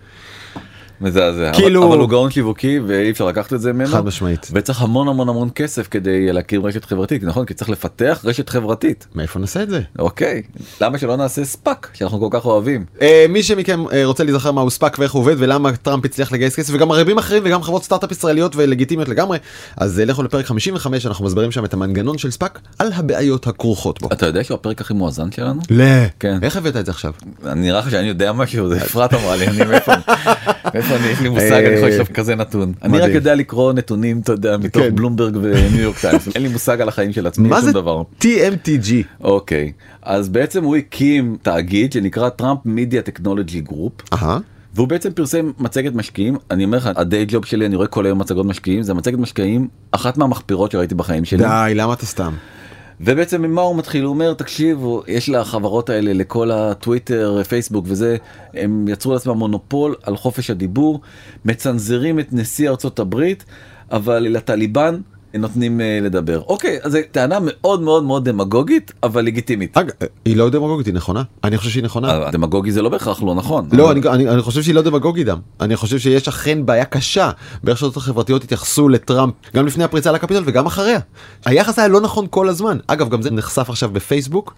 Speaker 2: מזעזע,
Speaker 1: כאילו...
Speaker 2: אבל הוא גאון שיווקי ואי אפשר לקחת את זה ממנו.
Speaker 1: חד משמעית.
Speaker 2: וצריך המון המון המון כסף כדי להקים רשת חברתית, נכון? כי צריך לפתח רשת חברתית.
Speaker 1: מאיפה נעשה את זה?
Speaker 2: אוקיי, למה שלא נעשה ספאק שאנחנו כל כך אוהבים?
Speaker 1: אה, מי שמכם אה, רוצה להיזכר מהו ספאק ואיך הוא עובד ולמה טראמפ הצליח לגייס כסף, וגם רבים אחרים וגם חברות סטארט-אפ ישראליות ולגיטימיות לגמרי, אז אה, לכו לפרק חמישים וחמש, אנחנו מסברים שם את המנגנון של ספאק על הבעיות הכרוכות בו.
Speaker 2: אתה יודע שהוא הפרק הכי מואזן שלנו?
Speaker 1: לא.
Speaker 2: כן.
Speaker 1: איך הבאת את זה עכשיו?
Speaker 2: נראה לך שאני יודע משהו, זה אפרת אמרה לי, אני מאיפה, מאיפה אני, יש לי מושג, אני יכול לשלוף כזה נתון. אני רק יודע לקרוא נתונים, אתה יודע, מתוך בלומברג וניו יורק טיימס, אין לי מושג על החיים של עצמי, שום דבר.
Speaker 1: מה זה טי אם טי ג'י?
Speaker 2: אוקיי, אז בעצם הוא הקים תאגיד שנקרא טראמפ מידיה טכנולוגי גרופ.
Speaker 1: אהה.
Speaker 2: והוא בעצם פרסם מצגת משקיעים. אני אומר לך, הדיי ג'וב שלי, אני רואה כל היום מצגות משקיעים, זה מצגת משקיעים, אחת מהמחפירות שראיתי בחיים שלי.
Speaker 1: די, למה אתה סתם?
Speaker 2: ובעצם ממה הוא מתחיל? הוא אומר, תקשיבו, יש לחברות האלה, לכל הטוויטר, פייסבוק וזה, הם יצרו לעצמם מונופול על חופש הדיבור, מצנזרים את נשיא ארצות הברית, אבל לטליבן נותנים uh, לדבר. אוקיי, אז זו טענה מאוד מאוד מאוד דמגוגית, אבל לגיטימית.
Speaker 1: אג, היא לא דמגוגית, היא נכונה. אני חושב שהיא נכונה.
Speaker 2: דמגוגי זה לא בהכרח לא נכון.
Speaker 1: לא,
Speaker 2: אבל...
Speaker 1: אני, אני, אני חושב שהיא לא דמגוגית גם. אני חושב שיש אכן בעיה קשה ברשתות החברתיות התייחסו לטראמפ, גם לפני הפריצה לקפיטול וגם אחריה. היחס היה לא נכון כל הזמן. אגב, גם זה נחשף עכשיו בפייסבוק,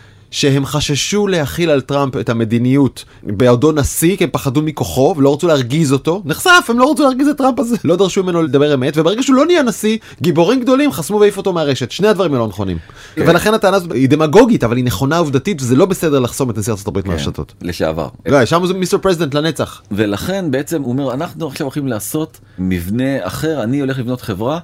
Speaker 1: שהם חששו להכיל על טראמפ את המדיניות בעודו נשיא, כי הם פחדו מכוחו ולא רצו להרגיז אותו. נחשף, הם לא רצו להרגיז את טראמפ הזה. לא דרשו ממנו לדבר אמת, וברגע שהוא לא נהיה נשיא, גיבורים גדולים חסמו והעיפו אותו מהרשת. שני הדברים לא נכונים. ולכן הטענה הזאת היא דמגוגית, אבל היא נכונה עובדתית, וזה לא בסדר לחסום את נשיא ארצות הברית מהרשתות.
Speaker 2: לשעבר.
Speaker 1: לא, שם זה מיסטר פרזידנט לנצח.
Speaker 2: ולכן בעצם הוא אומר, אנחנו עכשיו הולכים לעשות מבנה אחר, אני הולך לבנות חברה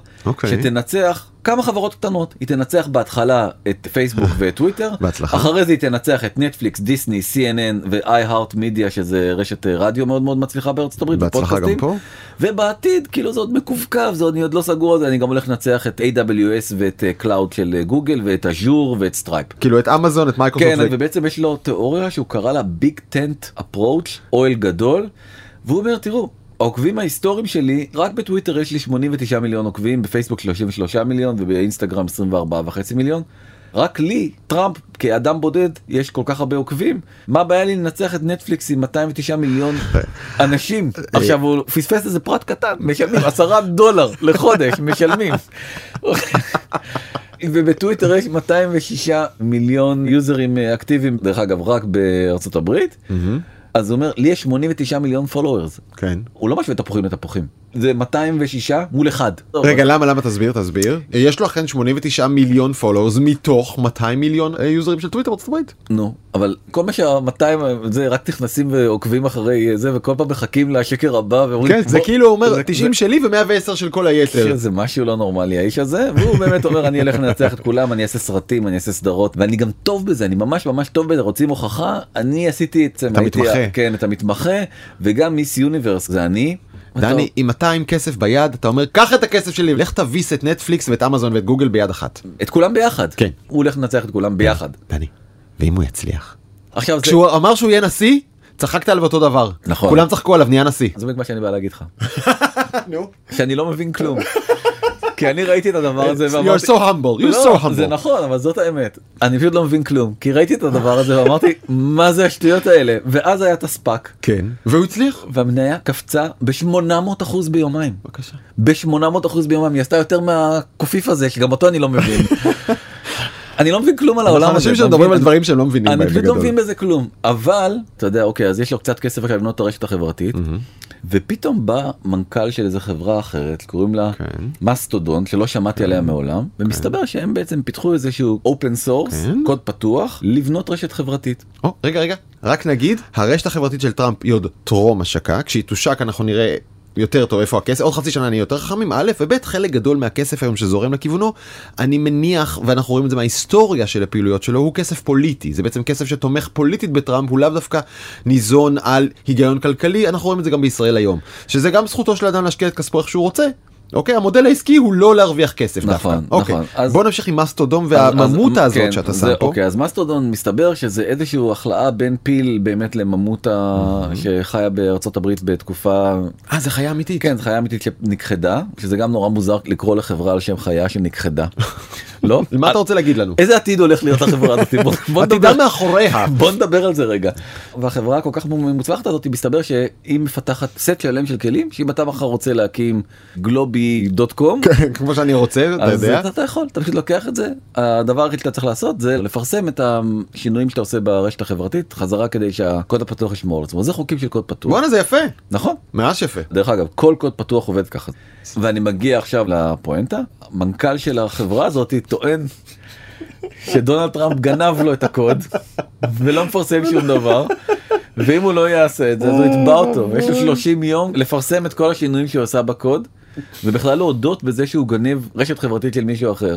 Speaker 2: שתנצח כמה חברות קטנות. היא תנצח בהתחלה את פייסבוק וטוויטר, אחרי זה היא תנצח את נטפליקס, דיסני, סי אן אן ו-איי הארט מידיה, שזה רשת רדיו מאוד מאוד מצליחה בארצות הברית,
Speaker 1: בהצלחה גם פה.
Speaker 2: ובעתיד, כאילו זה עוד מקווקב, זה עוד, אני עוד לא סגור על זה, אני גם הולך לנצח את איי דאבליו אס ואת קלאוד של גוגל ואת אז'ור ואת סטרייפ.
Speaker 1: כאילו את אמזון, את מייקרוסופט.
Speaker 2: כן, ובעצם יש לו תיאוריה שהוא קרא לה ביג טנט אפרוץ', אוהל גדול, והוא אומר, תראו, העוקבים ההיסטוריים שלי, רק בטוויטר יש לי שמונים ותשעה מיליון עוקבים, בפייסבוק שלושים ושלושה מיליון ובאינסטגרם עשרים וארבעה וחצי מיליון. רק לי, טראמפ, כאדם בודד, יש כל כך הרבה עוקבים. מה הבעיה לי לנצח את נטפליקס עם מאתיים ותשעה מיליון אנשים? עכשיו הוא פספס איזה פרט קטן, משלמים עשרה דולר לחודש, משלמים. ובטוויטר יש מאתיים ושישה מיליון יוזרים אקטיביים, דרך אגב, רק בארצות הברית. אז הוא אומר, לי יש שמונים ותשעה מיליון פולוורס.
Speaker 1: כן. הוא
Speaker 2: לא משווה תפוחים לתפוחים. זה מאתיים ושישה מול אחד.
Speaker 1: רגע, למה, למה תסביר, תסביר? יש לו אכן שמונים ותשעה מיליון פולוורס מתוך מאתיים מיליון יוזרים של טוויטר בארצות הברית.
Speaker 2: נו, אבל כל מה שה-מאתיים זה רק נכנסים ועוקבים אחרי זה, וכל פעם מחכים לשקר הבא.
Speaker 1: כן, זה כאילו אומר תשעים שלי ו-מאה ועשר של כל היתר.
Speaker 2: זה משהו לא נורמלי, האיש הזה, והוא באמת אומר, אני אלך לנצח את כולם, אני אעשה סרטים, אני אעשה סדרות, ואני גם טוב בזה, אני ממש ממש טוב בזה, רוצים הוכחה, אני עשיתי את
Speaker 1: המתמחה.
Speaker 2: כן, את המתמחה, וגם מיס יוניברס, זה אני.
Speaker 1: דני, עם מאתיים כסף ביד, אתה אומר, קח את הכסף שלי, לך תביס את נטפליקס ואת אמזון ואת גוגל ביד אחת.
Speaker 2: את כולם ביחד.
Speaker 1: כן.
Speaker 2: הוא הולך לנצח את כולם ביחד.
Speaker 1: דני, ואם הוא יצליח?
Speaker 2: עכשיו זה...
Speaker 1: כשהוא אמר שהוא יהיה נשיא, צחקת עליו אותו דבר.
Speaker 2: נכון.
Speaker 1: כולם צחקו עליו, נהיה נשיא.
Speaker 2: זה מה שאני בא להגיד לך.
Speaker 1: נו.
Speaker 2: שאני לא מבין כלום. כי אני ראיתי את הדבר הזה
Speaker 1: ואמרתי... You're so humble, you're so humble.
Speaker 2: זה נכון, אבל זאת האמת. אני פשוט לא מבין כלום. כי ראיתי את הדבר הזה ואמרתי, מה זה השטויות האלה? ואז היה את הספאק.
Speaker 1: כן. והוא הצליח.
Speaker 2: והמניה קפצה ב-שמונה מאות אחוז ביומיים.
Speaker 1: בבקשה.
Speaker 2: ב-שמונה מאות אחוז ביומיים. היא עשתה יותר מהקופיף הזה, שגם אותו אני לא מבין. אני לא מבין כלום על העולם הזה.
Speaker 1: אנשים שמדברים על דברים שהם לא מבינים בהם
Speaker 2: אני פשוט לא
Speaker 1: בגדול.
Speaker 2: מבין בזה כלום. אבל, אתה יודע, אוקיי, אז יש לו קצת כסף עכשיו לבנות את הרשת החברתית, ופתאום בא מנכ"ל של איזה חברה אחרת, קוראים לה מסטודון, שלא שמעתי עליה מעולם, ומסתבר שהם בעצם פיתחו איזשהו open source, קוד פתוח, לבנות רשת חברתית.
Speaker 1: או, רגע, רגע, רק נגיד, הרשת החברתית של טראמפ היא עוד טרום השקה, כשהיא תושק אנחנו נראה יותר טוב איפה הכסף, עוד חצי שנה נהיה יותר חכמים, א' וב' חלק גדול מהכסף היום שזורם לכיוונו, אני מניח, ואנחנו רואים את זה מההיסטוריה של הפעילויות שלו, הוא כסף פוליטי, זה בעצם כסף שתומך פוליטית בטראמפ, הוא לאו דווקא ניזון על היגיון כלכלי, אנחנו רואים את זה גם בישראל היום, שזה גם זכותו של אדם להשקיע את כספו איך שהוא רוצה, אוקיי, המודל העסקי הוא לא להרוויח כסף דווקא.
Speaker 2: נכון,
Speaker 1: אוקיי.
Speaker 2: נכון. אז...
Speaker 1: בוא נמשיך עם מסטודון והממותה הזאת
Speaker 2: כן,
Speaker 1: שאתה
Speaker 2: זה,
Speaker 1: שם פה.
Speaker 2: אוקיי, אז מסטודון מסתבר שזה איזשהו החלאה בין פיל באמת לממותה שחיה בארצות הברית בתקופה...
Speaker 1: אה, זה חיה אמיתית.
Speaker 2: כן, זה חיה אמיתית שנכחדה, שזה גם נורא מוזר לקרוא לחברה על שם חיה שנכחדה. לא?
Speaker 1: מה אתה רוצה להגיד לנו?
Speaker 2: איזה עתיד הולך להיות לחברה הזאת? בוא נדבר
Speaker 1: עתידה מאחוריה.
Speaker 2: בוא נדבר על זה רגע. והחברה כל כך מוצלחת הזאת, מסתבר שהיא מפתחת סט שלם של כלים, שאם אתה מחר רוצה להקים גלובי דוט קום,
Speaker 1: כמו שאני רוצה, אתה יודע.
Speaker 2: אז אתה יכול, אתה פשוט לוקח את זה. הדבר הכי שאתה צריך לעשות זה לפרסם את השינויים שאתה עושה ברשת החברתית, חזרה כדי שהקוד הפתוח ישמור על עצמו. זה חוקים של קוד פתוח.
Speaker 1: בואנה, זה יפה.
Speaker 2: נכון.
Speaker 1: ממש יפה.
Speaker 2: דרך אגב, כל קוד פתוח עובד ככה. ואני מגיע עכשיו לפואנטה, המנכ"ל של החברה הזאת טוען שדונלד טראמפ גנב לו את הקוד ולא מפרסם שום דבר, ואם הוא לא יעשה את זה אז הוא יתבע אותו, יש לו שלושים יום לפרסם את כל השינויים שהוא עשה בקוד, ובכלל לא הודות בזה שהוא גנב רשת חברתית של מישהו אחר.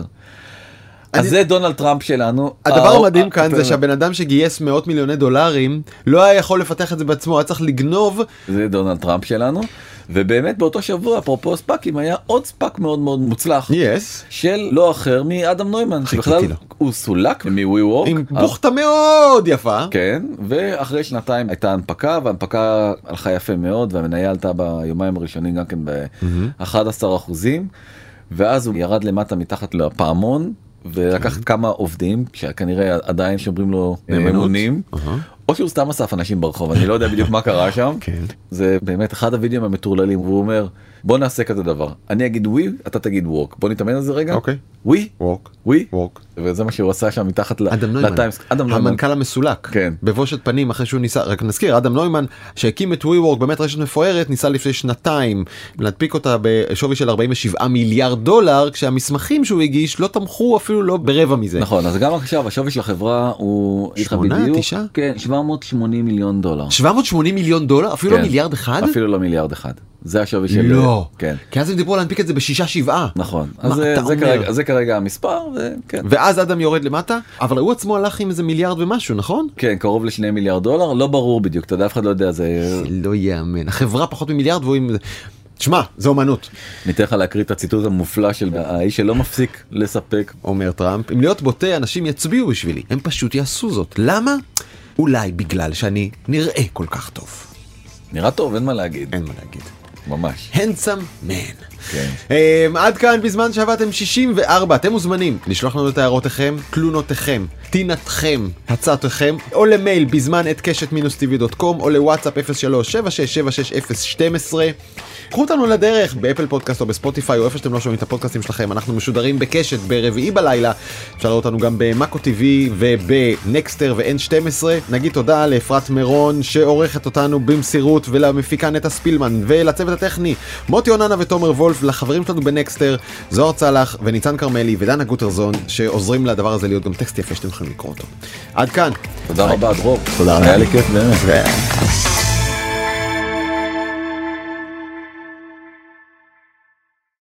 Speaker 2: אז זה דונלד טראמפ שלנו.
Speaker 1: הדבר המדהים כאן זה שהבן אדם שגייס מאות מיליוני דולרים לא היה יכול לפתח את זה בעצמו, היה צריך לגנוב.
Speaker 2: זה דונלד טראמפ שלנו. ובאמת באותו שבוע, אפרופו ספאקים, היה עוד ספאק מאוד מאוד מוצלח.
Speaker 1: Yes.
Speaker 2: של לא אחר מאדם נוימן, שבכלל הוא סולק מ-WeWork.
Speaker 1: עם בוכתה מאוד יפה.
Speaker 2: כן, ואחרי שנתיים הייתה הנפקה, וההנפקה הלכה יפה מאוד, והמניה עלתה ביומיים הראשונים גם כן ב-אחד עשר אחוזים, ואז הוא ירד למטה מתחת לפעמון, ולקח כמה עובדים, שכנראה עדיין שומרים לו ממונים, או שהוא סתם אסף אנשים ברחוב, אני לא יודע בדיוק מה קרה שם. זה באמת אחד הוידאוים המטורללים, והוא אומר, בוא נעשה כזה דבר. אני אגיד ווי, אתה תגיד ווק. בוא נתאמן על זה רגע.
Speaker 1: אוקיי.
Speaker 2: ווי?
Speaker 1: ווק.
Speaker 2: ווי?
Speaker 1: ווק.
Speaker 2: וזה מה שהוא עשה שם מתחת
Speaker 1: אדם
Speaker 2: לטיימס.
Speaker 1: נוימן. המנכ"ל המסולק.
Speaker 2: כן.
Speaker 1: בבושת פנים אחרי שהוא ניסה, רק נזכיר, אדם נוימן שהקים את WeWork, באמת רשת מפוארת, ניסה לפני שנתיים להדפיק אותה בשווי של ארבעים ושבעה מיליארד דולר, כשהמסמכים שהוא הגיש לא תמכו אפילו לא ברבע מזה.
Speaker 2: נכון, אז גם עכשיו השווי של החברה הוא
Speaker 1: שמונה, תשע?
Speaker 2: כן, שבע מאות ושמונים מיליון דולר.
Speaker 1: שבע מאות ושמונים מיליון דולר? אפילו לא מיליארד אחד?
Speaker 2: אפילו לא מיליארד אחד. זה השווי של...
Speaker 1: לא.
Speaker 2: כן.
Speaker 1: כי אז הם דיברו להנפיק את זה בשישה שבעה.
Speaker 2: נכון. אז זה, זה, כרגע, זה כרגע המספר, וכן.
Speaker 1: ואז אדם יורד למטה, אבל הוא עצמו הלך עם איזה מיליארד ומשהו, נכון?
Speaker 2: כן, קרוב לשני מיליארד דולר, לא ברור בדיוק, אתה יודע, אף אחד לא יודע, זה...
Speaker 1: זה לא יאמן. החברה פחות ממיליארד והוא עם... תשמע, זה אומנות.
Speaker 2: ניתן לך להקריא את הציטוט המופלא של האיש שלא מפסיק לספק.
Speaker 1: אומר טראמפ, אם להיות בוטה, אנשים יצביעו בשבילי. הם פשוט יעשו זאת. למה? אולי בגלל שאני נראה כל כך טוב.
Speaker 2: נראה טוב, אין מה להגיד.
Speaker 1: אין מה להגיד.
Speaker 2: ממש.
Speaker 1: handsome man.
Speaker 2: כן.
Speaker 1: Um, עד כאן בזמן שעבדתם שישים וארבע, אתם מוזמנים לשלוח לנו את הערותיכם, תלונותיכם, תינתכם, הצעתכם, או למייל בזמן את קשת מינוס טי וי דוט קום, או לוואטסאפ אפס שלוש שבע שש שבע שש אפס שתים עשרה. קחו אותנו לדרך באפל פודקאסט או בספוטיפיי, או איפה שאתם לא שומעים את הפודקאסטים שלכם. אנחנו משודרים בקשת ברביעי בלילה, אפשר לראות אותנו גם במאקו טי וי ובנקסטר ו-אן שתים עשרה. נגיד תודה לאפרת מירון שעורכת אותנו במסירות, ולמפיקה נטע ספילמן, ולצוות הטכני מוטי אוננה ותומר וולף, לחברים שלנו בנקסטר זוהר צלח וניצן קרמלי ודנה גוטרזון, שעוזרים לדבר הזה להיות גם טקסט יפה שאתם יכולים לקרוא אותו. עד כאן.
Speaker 2: תודה רבה דרור.
Speaker 1: תודה רבה.
Speaker 2: היה לי כיף באמת.